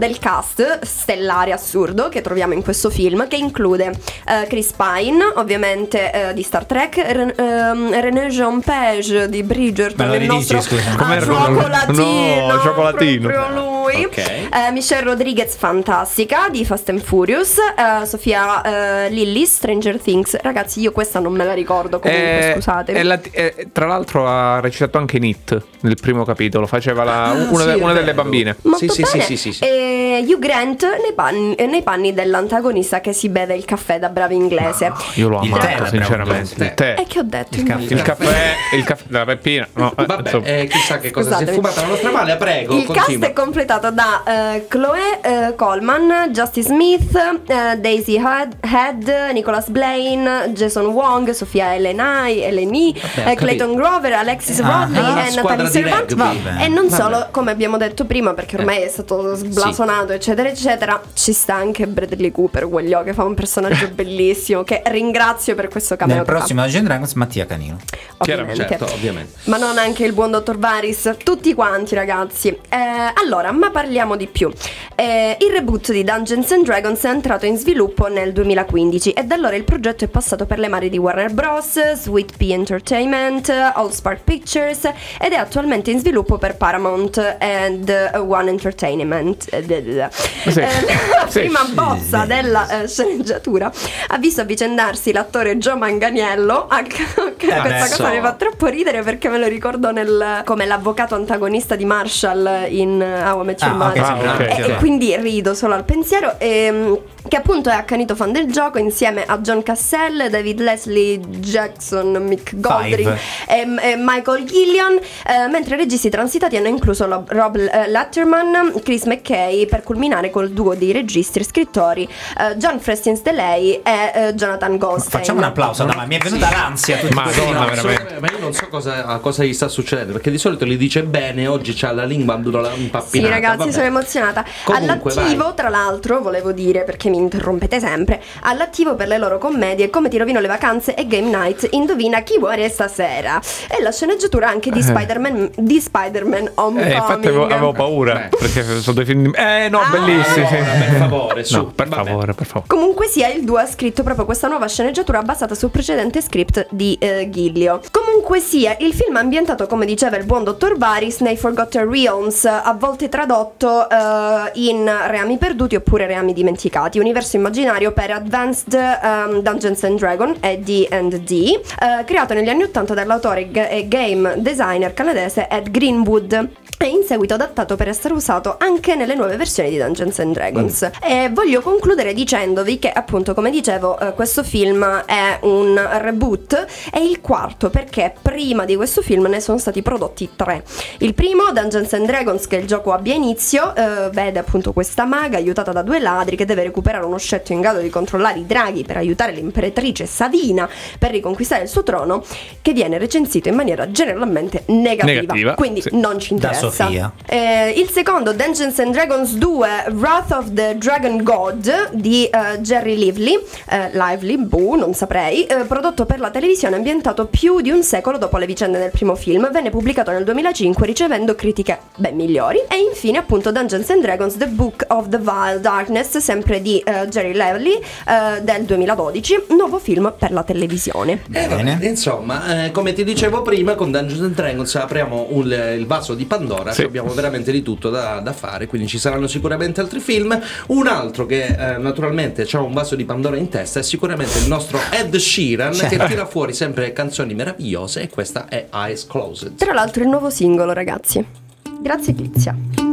cast stellare assurdo che troviamo in questo film, che include uh, Chris Pine, ovviamente uh, di Star Trek, Ren- um, René Jean Page di Bridgerton, il nostro ah, cioccolatino, no, cioccolatino. proprio lui. Okay. Uh, Michelle Rodriguez, fantastica, di Fast and Furious. uh, Sofia uh, Lillis, Stranger Things. Ragazzi, io questa non me la ricordo comunque, Eh, scusate. e la- e tra l'altro ha recitato anche in It nel primo capitolo, faceva la- Ah, una, sì, de- è una delle vero. bambine. Molto Sì, sì, bene. sì, sì, sì. E Hugh Grant nei panni, nei panni dell'antagonista che si beve il caffè da bravo inglese. Io l'ho Il amato, tè, la sinceramente. bravo Il tè. E che ho detto? Il caffè. Il caffè, il caffè della Peppina. No, eh, Vabbè, insomma. eh, chissà che cosa si è Scusatemi. fumata la nostra male, prego. Il cast continua. è completato da eh, Chloe eh, Coleman, Justice Smith, eh, Daisy Head, Head, Nicholas Blaine, Jason Wong, Sofia Eleni, Eleni Vabbè, ho eh, Clayton Grover, Alexis Ah, Rodley ah, e squadra Natalie di Servant. rugby. Va- E non Vabbè. solo, come abbiamo detto prima, perché ormai è stato sblasonato, eccetera, eccetera, ci sta anche Bradley Cooper, Guagliò, che fa un personaggio bellissimo, che ringrazio per questo cameo. Nel che fa. prossimo Agent Dragons Mattia Canino. Ovviamente. Certo, ovviamente. Ma non anche il buon dottor Varis, tutti quanti ragazzi. Eh, allora, ma parliamo di più. Eh, il reboot di Dungeons and Dragons è entrato in sviluppo nel duemilaquindici e da allora il progetto è passato per le mani di Warner Bros., Sweet Pea Entertainment, Allspark Pictures ed è attualmente in sviluppo per Paramount and One Entertainment. Eh, Sì. La Sì. prima bozza della eh, sceneggiatura ha visto avvicendarsi l'attore Joe Manganiello. Ah, che questa Adesso- cosa mi fa troppo ridere perché me lo ricordo nel, come l'avvocato antagonista di Marshall in How I Met Your Ah, Mother. ok, sì, Ah, ok, e, ok. e quindi rido solo al pensiero. E, che appunto è accanito fan del gioco insieme a John Cassell, David Leslie Jackson, Mick Goldrick e, e Michael Gillian, eh, mentre i registi transitati hanno incluso lo- Rob eh, Letterman, Chris McKay, per culminare col duo di registi e scrittori eh, John Frestins DeLay e eh, Jonathan Goldstein. Facciamo un applauso, no, ma mi è venuta l'ansia. tutti questi Madonna, nomi. veramente. Ma io non so cosa, cosa gli sta succedendo, perché di solito li dice bene, oggi c'ha la lingua impappinata. Sì, ragazzi, Vabbè. sono emozionata. Comunque, All'attivo, vai. tra l'altro, volevo dire, perché mi interrompete sempre, all'attivo per le loro commedie Come ti rovino le vacanze e Game Night, Indovina chi muore stasera. E la sceneggiatura anche di Eh. Spider-Man di Spider-Man Homecoming. Eh, infatti avevo, avevo paura perché sono dei film. Eh no, Ah, bellissimi. sì. allora, per favore, su, No, per vabbè. favore, per favore. Comunque sia, il duo ha scritto proprio questa nuova sceneggiatura basata sul precedente script di eh, Ghillio. Comunque sia, il film è ambientato, come diceva il buon dottor Varis, nei Forgotten Realms, a volte tradotto eh, in Reami perduti oppure Reami dimenticati, universo immaginario per Advanced ehm, Dungeons and Dragons e D and D, eh, creato negli anni ottanta dall'autore g- e game designer canadese Ed Greenwood. E in seguito adattato per essere usato anche nelle nuove versioni di Dungeons and Dragons. Mm. E voglio concludere dicendovi che, appunto, come dicevo, eh, questo film è un reboot, è il quarto perché prima di questo film ne sono stati prodotti tre. Il primo, Dungeons and Dragons, che il gioco abbia inizio, eh, vede appunto questa maga aiutata da due ladri che deve recuperare uno scetto in grado di controllare i draghi per aiutare l'imperatrice Savina per riconquistare il suo trono, che viene recensito in maniera generalmente negativa, Negativa, quindi sì. non ci Da interessa. Sofia. Eh, il secondo, Dungeons and Dragons due Wrath of the Dragon God di eh, Jerry Lively, eh, Lively, boh, non saprei, eh, prodotto per la televisione, ambientato più di un secolo dopo le vicende del primo film, venne pubblicato nel duemilacinque ricevendo critiche ben migliori. E infine appunto Dungeons and Dragons The Book of the Vile Darkness, sempre di eh, Jerry Lively, eh, del duemiladodici, nuovo film per la televisione. Eh, vabbè, insomma, eh, come ti dicevo prima, con Dungeons and Dragons apriamo un- il vaso di Pandora. Sì. Abbiamo veramente di tutto da, da fare, quindi ci saranno sicuramente altri film. Un altro che eh, naturalmente ha un vaso di Pandora in testa è sicuramente il nostro Ed Sheeran, che tira fuori sempre canzoni meravigliose, e questa è Eyes Closed. Tra l'altro il nuovo singolo, ragazzi. Grazie Clizia.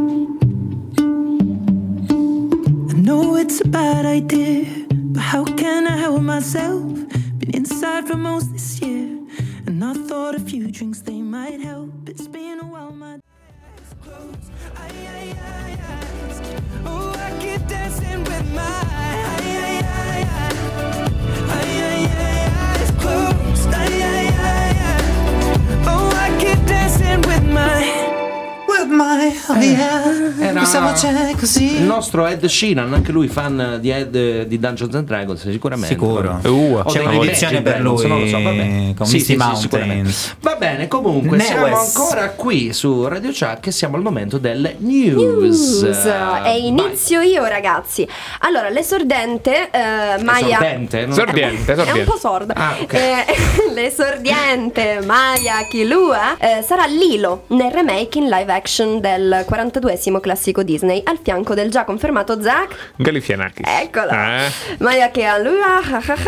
I know it's a bad idea, but how can I help myself? Been inside for most this year, and I thought a few drinks they might help. It's been a while, my eyes closed. Ay, ay, ay, ay. Oh, I keep dancing with my ay, ay, ay, ay. Ay, ay, ay, eyes closed. Ay, ay, ay, ay. Oh, I keep dancing with my With my Oh yeah, Era questa voce è così. il nostro Ed Sheeran, anche lui fan di Ed di Dungeons and Dragons, sicuramente. Sicuro. Uh, C'è un'edizione per lui non lo so, vabbè. con Sì, Misty sì, sì, Mountains. sicuramente. Va bene, comunque Newes. siamo ancora qui su Radio Chuck e siamo al momento delle news. News. Eh, E inizio io, ragazzi. Allora, l'esordente eh, Maya. Esordente? Non- Sordiente, È un sordiente. po' sorda. Ah, ok. Eh, l'esordiente Maya Kilua eh, sarà Lilo nel remake in live action del quarantaduesimo classico Disney, al fianco del già confermato Zach. Galifianakis. Eccola. Eh? Maya Kilua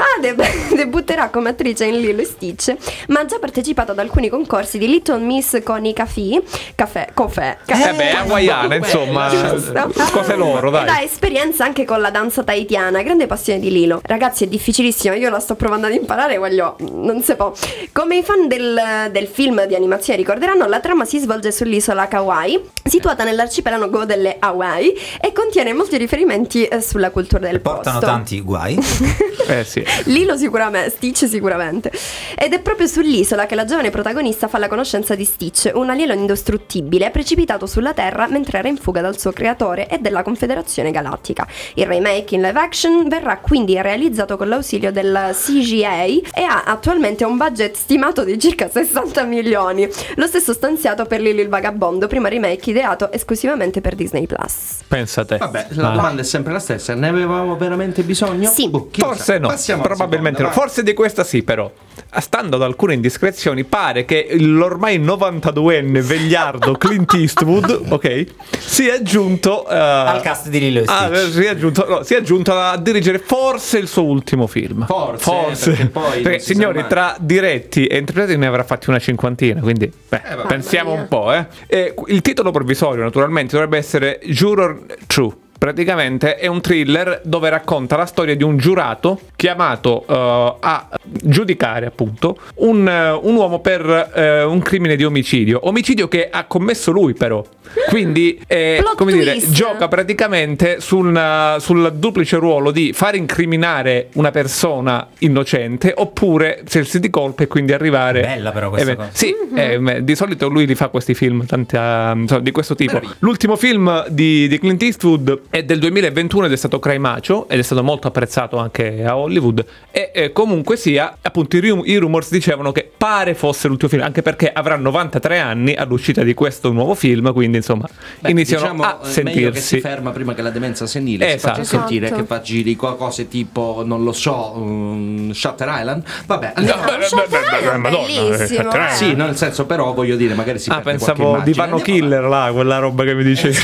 deb- debutterà come attrice in Lilo e Stitch, ma ha già partecipato ad alcuni concorsi di Little Miss Connie Caffè, caffè, caffè, Eh beh, hawaiana, insomma, Giusto. cose loro, Ed ha dai. esperienza anche con la danza tahitiana, grande passione di Lilo. Ragazzi, è difficilissima, io la sto provando ad imparare, voglio, non si può. Come i fan del, del film di animazione ricorderanno, la trama si svolge sull'isola Kauai, situata nell'arcipelago delle Hawaii, e contiene molti riferimenti eh, sulla cultura del Portano posto. tanti guai. Eh sì. Lilo sicuramente, Stitch sicuramente. Ed è proprio sull'isola che la giovane protagonista fa la conoscenza di Stitch, un alieno indistruttibile precipitato sulla Terra mentre era in fuga dal suo creatore e della Confederazione Galattica. Il remake in live action verrà quindi realizzato con l'ausilio del C G I e ha attualmente un budget stimato di circa sessanta milioni, lo stesso stanziato per Lilo il Vagabondo, prima remake ideato esclusivamente per Disney Plus. Pensa te. Vabbè, la Ah. domanda è sempre la stessa. Ne avevamo veramente bisogno? Sì. Boh, chi lo Forse sa. no, Passiamo alla probabilmente no. seconda, vai. Forse di questa sì, però. Stando ad alcune indiscrezioni, pare che l'ormai novantaduenne vegliardo Clint Eastwood, ok, sia aggiunto uh, Al cast di Lilo e ah, Stitch. sia aggiunto, no, sia aggiunto a dirigere forse il suo ultimo film. Forse, perché poi non si sa signori, mai. tra diretti e interpretati ne avrà fatti una cinquantina, quindi beh, Eh, vabbè. pensiamo Mamma un po', eh. E il titolo provvisorio, naturalmente, dovrebbe essere Juror True. Praticamente è un thriller dove racconta la storia di un giurato chiamato uh, a giudicare appunto un, uh, un uomo per uh, un crimine di omicidio. Omicidio che ha commesso lui, però. Quindi eh, Plot come dire, twist. gioca praticamente sul, uh, sul duplice ruolo di far incriminare una persona innocente oppure sentirsi di colpa e quindi arrivare. Bella però questa Eh, cosa. Sì, eh, beh, di solito lui li fa questi film tanti, uh, insomma, di questo tipo. L'ultimo film di, di Clint Eastwood è del duemilaventuno ed è stato Cry Macho ed è stato molto apprezzato anche a Hollywood e eh, comunque sia, appunto i, rum- i rumors dicevano che pare fosse l'ultimo film, anche perché avrà novantatré anni all'uscita di questo nuovo film, quindi insomma Beh, iniziano diciamo, a eh, meglio che sentirsi. si ferma prima che la demenza senile Esatto. si faccia sentire, Esatto. che fa giri co- cose tipo, non lo so, um, Shutter Island. Vabbè, andiamo. Beh, beh, beh, beh, Madonna, Bellissimo, eh, Shutter eh. Sì, no, nel senso, però voglio dire, magari si Ah, perde pensavo qualche immagine. Divano Andiamo Killer là, quella roba che mi dicevi.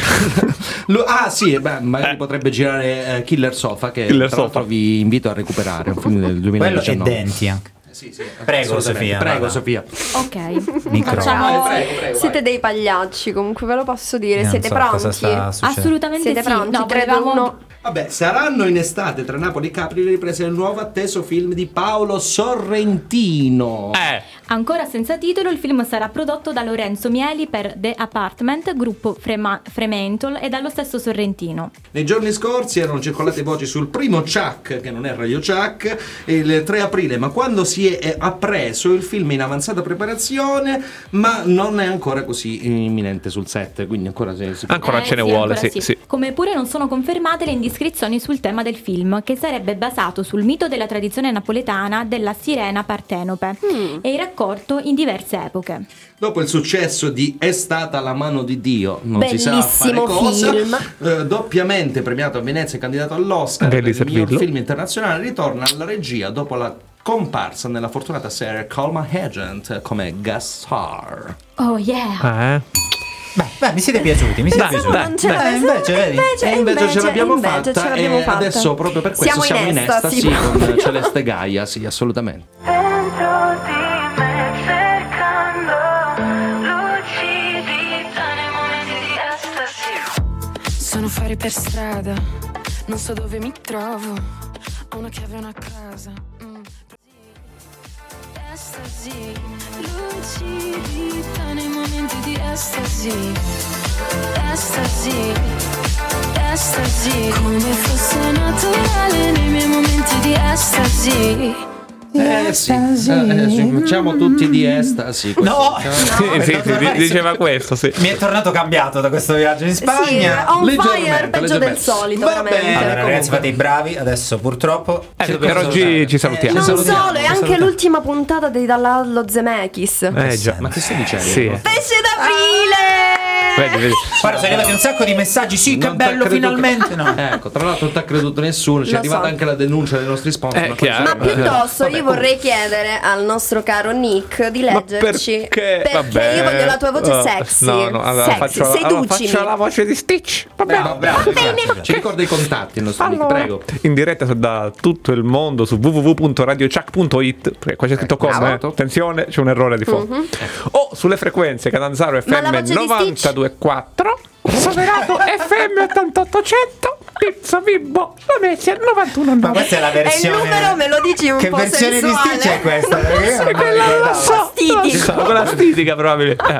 Lo- ah sì, beh, magari potrebbe girare eh, Killer Sofa, che Killer tra l'altro Sofa. vi invito a recuperare, un film del Quello e duemiladiciannove. denti anche. Sì, sì, Prego, assolutamente. Sofia, Prego vada. Sofia. Ok. Micro. Facciamo- Prego, prego, Siete vai. dei pagliacci, comunque ve lo posso dire. Non Siete so pronti? cosa sta succedendo. Assolutamente Siete sì. pronti? No, tre, volevamo- due, uno. Vabbè, saranno in estate tra Napoli e Capri le riprese del nuovo atteso film di Paolo Sorrentino. Eh, Ancora senza titolo, il film sarà prodotto da Lorenzo Mieli per The Apartment, gruppo Frema- Fremantle e dallo stesso Sorrentino. Nei giorni scorsi erano circolate voci sul primo Chuck, che non è Radio Chuck, il tre aprile, ma quando si è appreso il film è in avanzata preparazione, ma non è ancora così imminente sul set, quindi ancora si, si ancora Eh, ce ne sì, vuole, ancora sì, sì. Come pure non sono confermate le indiscrezioni sul tema del film, che sarebbe basato sul mito della tradizione napoletana della sirena Partenope e il raccolto in diverse epoche. Dopo il successo di È stata la mano di Dio, non si sa fare Bellissimo cosa, film. eh, doppiamente premiato a Venezia e candidato all'Oscar Belli per il miglior servirlo. film internazionale, ritorna alla regia dopo la comparsa nella fortunata serie Colma Agent come guest star. Oh yeah! Eh. Beh, beh, mi siete piaciuti, mi siete Pensavo piaciuti. non ce l'avesse- Eh, invece, vedi. invece, E invece ce l'abbiamo invece fatta, ce l'abbiamo e fatta. adesso proprio per questo Siamo siamo, in in estasi, estasi con proprio. Celeste Gaia, sì, assolutamente. Dentro di me cercando lucidità nei momenti di estasi. Sono fuori per strada, non so dove mi trovo. Ho una chiave e una casa. Mm. Estasi, lucidità nei momenti di estasi. Estasi, estasi. Come fosse naturale nei miei momenti di estasi. Eh sì, eh, sì, facciamo tutti di estasi. No, Sì, sì, sì, di- diceva questo, sì. Mi è tornato cambiato da questo viaggio in Sì, Spagna. on fire Leggermente, peggio del leggermente. solito, Va veramente. bene. Allora, ragazzi, comunque- fate i bravi. Adesso, purtroppo, Eh, ci per dobbiamo oggi salutare. ci salutiamo. Eh, Non salutiamo, solo, è ci anche salutiamo. l'ultima puntata di Dallo Zemeckis. Eh già. Ma che stai dicendo? Sì. Pesce d'aprile! Vedi, vedi. Guarda, sono arrivati un sacco di messaggi. Sì, che Non t'ha bello, creduto- finalmente. No. Ecco, tra l'altro non ti ha creduto nessuno, ci è Lo arrivata so. anche la denuncia dei nostri sponsor. Eh, ma poi- chiaro. Ma piuttosto Vabbè, io vorrei chiedere al nostro caro Nick di leggerci Perché? Vabbè. io voglio la tua voce Oh, sexy. No, no, allora Sexy, faccio, allora seducimi. faccio la voce di Stitch. Va bene. Bravo, bravo, mi piace, mi piace. Ci ricorda i contatti il nostro Nick, Allora, prego. in diretta da tutto il mondo su w w w punto radio chuck punto i t, perché qua c'è scritto com, eh. Attenzione, c'è un errore di fondo. Mhm. O sulle frequenze Catanzaro Ma la F M voce di novantadue virgola quattro, Soverato F M ottantotto-cento, Pizza Bimbo Lamezia novantuno. Ma questa è la E il versione. numero me lo dici un Che po' versione di sensuale. Stitch è questa? Perché io non me la Quella lo ricordavo. so, Fastidico. no, quella stitica probabile. Eh.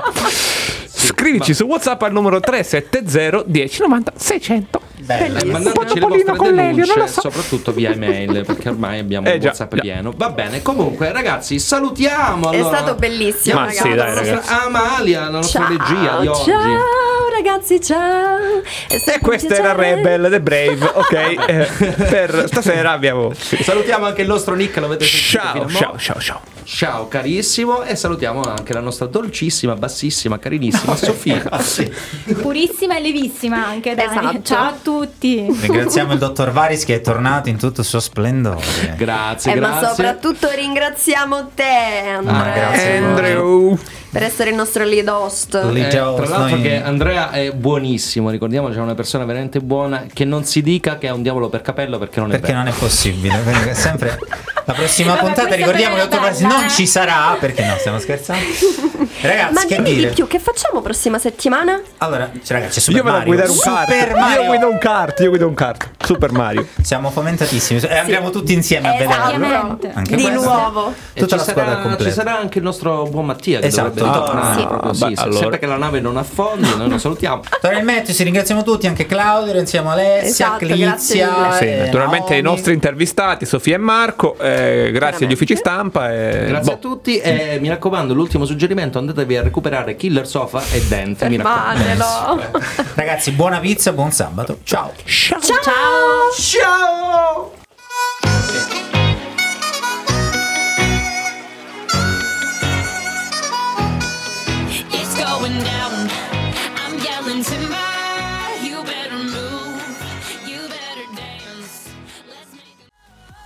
Scrivici su WhatsApp al numero tre sette zero uno zero nove zero sei zero zero. Bella. Eh, mandateci le Monopolino vostre con l'elio, non lo denunce, so. soprattutto via email, perché ormai abbiamo Eh, un già, WhatsApp già. pieno. Va bene, comunque ragazzi, salutiamo È allora. stato bellissimo, Ma ragazzi. sì, dai, la nostra ragazzi. Amalia, la nostra regia di oggi. Ciao ragazzi, ciao. È stato E un questa era piacere. Rebel The Brave, ok? Eh, per stasera abbiamo. Salutiamo anche il nostro Nick, l'avete sentito fino Ciao, a mo'. ciao, ciao, ciao. Ciao carissimo, e salutiamo anche la nostra dolcissima, bassissima, carinissima Sofia. Purissima e levissima anche, dai. Esatto. Ciao a tutti. Ringraziamo il dottor Varis che è tornato in tutto il suo splendore. Grazie, Eh, ma grazie. soprattutto ringraziamo te, Andrea, Ah, grazie. Andrew. per essere il nostro lead host. Lì Eh, già tra sto l'altro in- che Andrea è buonissimo, ricordiamo c'è una persona veramente buona, che non si dica che è un diavolo per capello, perché non è Perché vero. non è possibile. Perché è sempre la prossima Vabbè, puntata. questa Ricordiamo che però il dottor è Varis bella, non eh. ci sarà. Perché no, stiamo scherzando. Ragazzi, Ma che dimmi dire? di più, che facciamo prossima settimana? Allora, cioè, ragazzi, Super Io vado a Mario. guidare un kart. Super Mario. Io guido un kart, io guido un kart. Super Mario. Siamo fomentatissimi e andremo tutti insieme a vederlo. Ovviamente. Anche Di questo. nuovo. E Tutta ci la squadra sarà, completa. ci sarà anche il nostro buon Mattia che Esatto. dovrebbe tornare Sì. proprio, sì, Beh, se- allora. sempre che la nave non affondi, noi lo salutiamo. Torna il Matthew, si ringraziamo tutti, anche Claudio, ringraziamo Alessia, Esatto, grazie Clizia, mille. Sì, eh, naturalmente i Naomi. nostri intervistati, Sofia e Marco. eh, grazie agli uffici stampa. E... Grazie boh. a tutti e mi raccomando, l'ultimo suggerimento, andatevi a recuperare Killer Sofa e Dent, mi raccomando. Fermatelo. Ragazzi, buona pizza, buon sabato. Ciao. Ciao. Ciao! It's going down. I'm yelling timber. You better move. You better dance. Let's make it.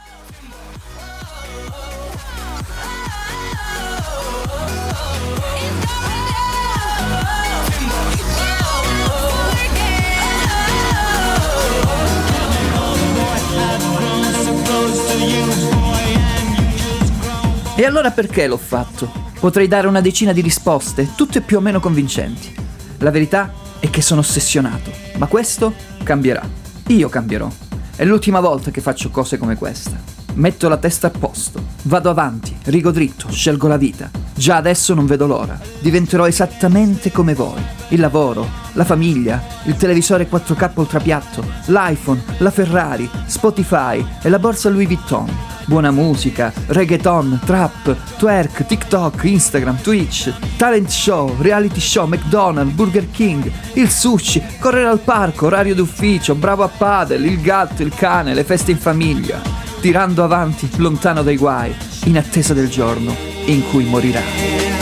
E allora perché l'ho fatto? Potrei dare una decina di risposte, tutte più o meno convincenti. La verità è che sono ossessionato, ma questo cambierà. Io cambierò. È l'ultima volta che faccio cose come questa. Metto la testa a posto, vado avanti, rigo dritto, scelgo la vita. Già adesso non vedo l'ora. Diventerò esattamente come voi. Il lavoro, la famiglia, il televisore quattro K ultrapiatto, l'iPhone, la Ferrari, Spotify e la borsa Louis Vuitton. Buona musica, reggaeton, trap, twerk, TikTok, Instagram, Twitch, talent show, reality show, McDonald's, Burger King, il sushi, correre al parco, orario d'ufficio, bravo a padel, il gatto, il cane, le feste in famiglia, tirando avanti lontano dai guai, in attesa del giorno in cui morirà.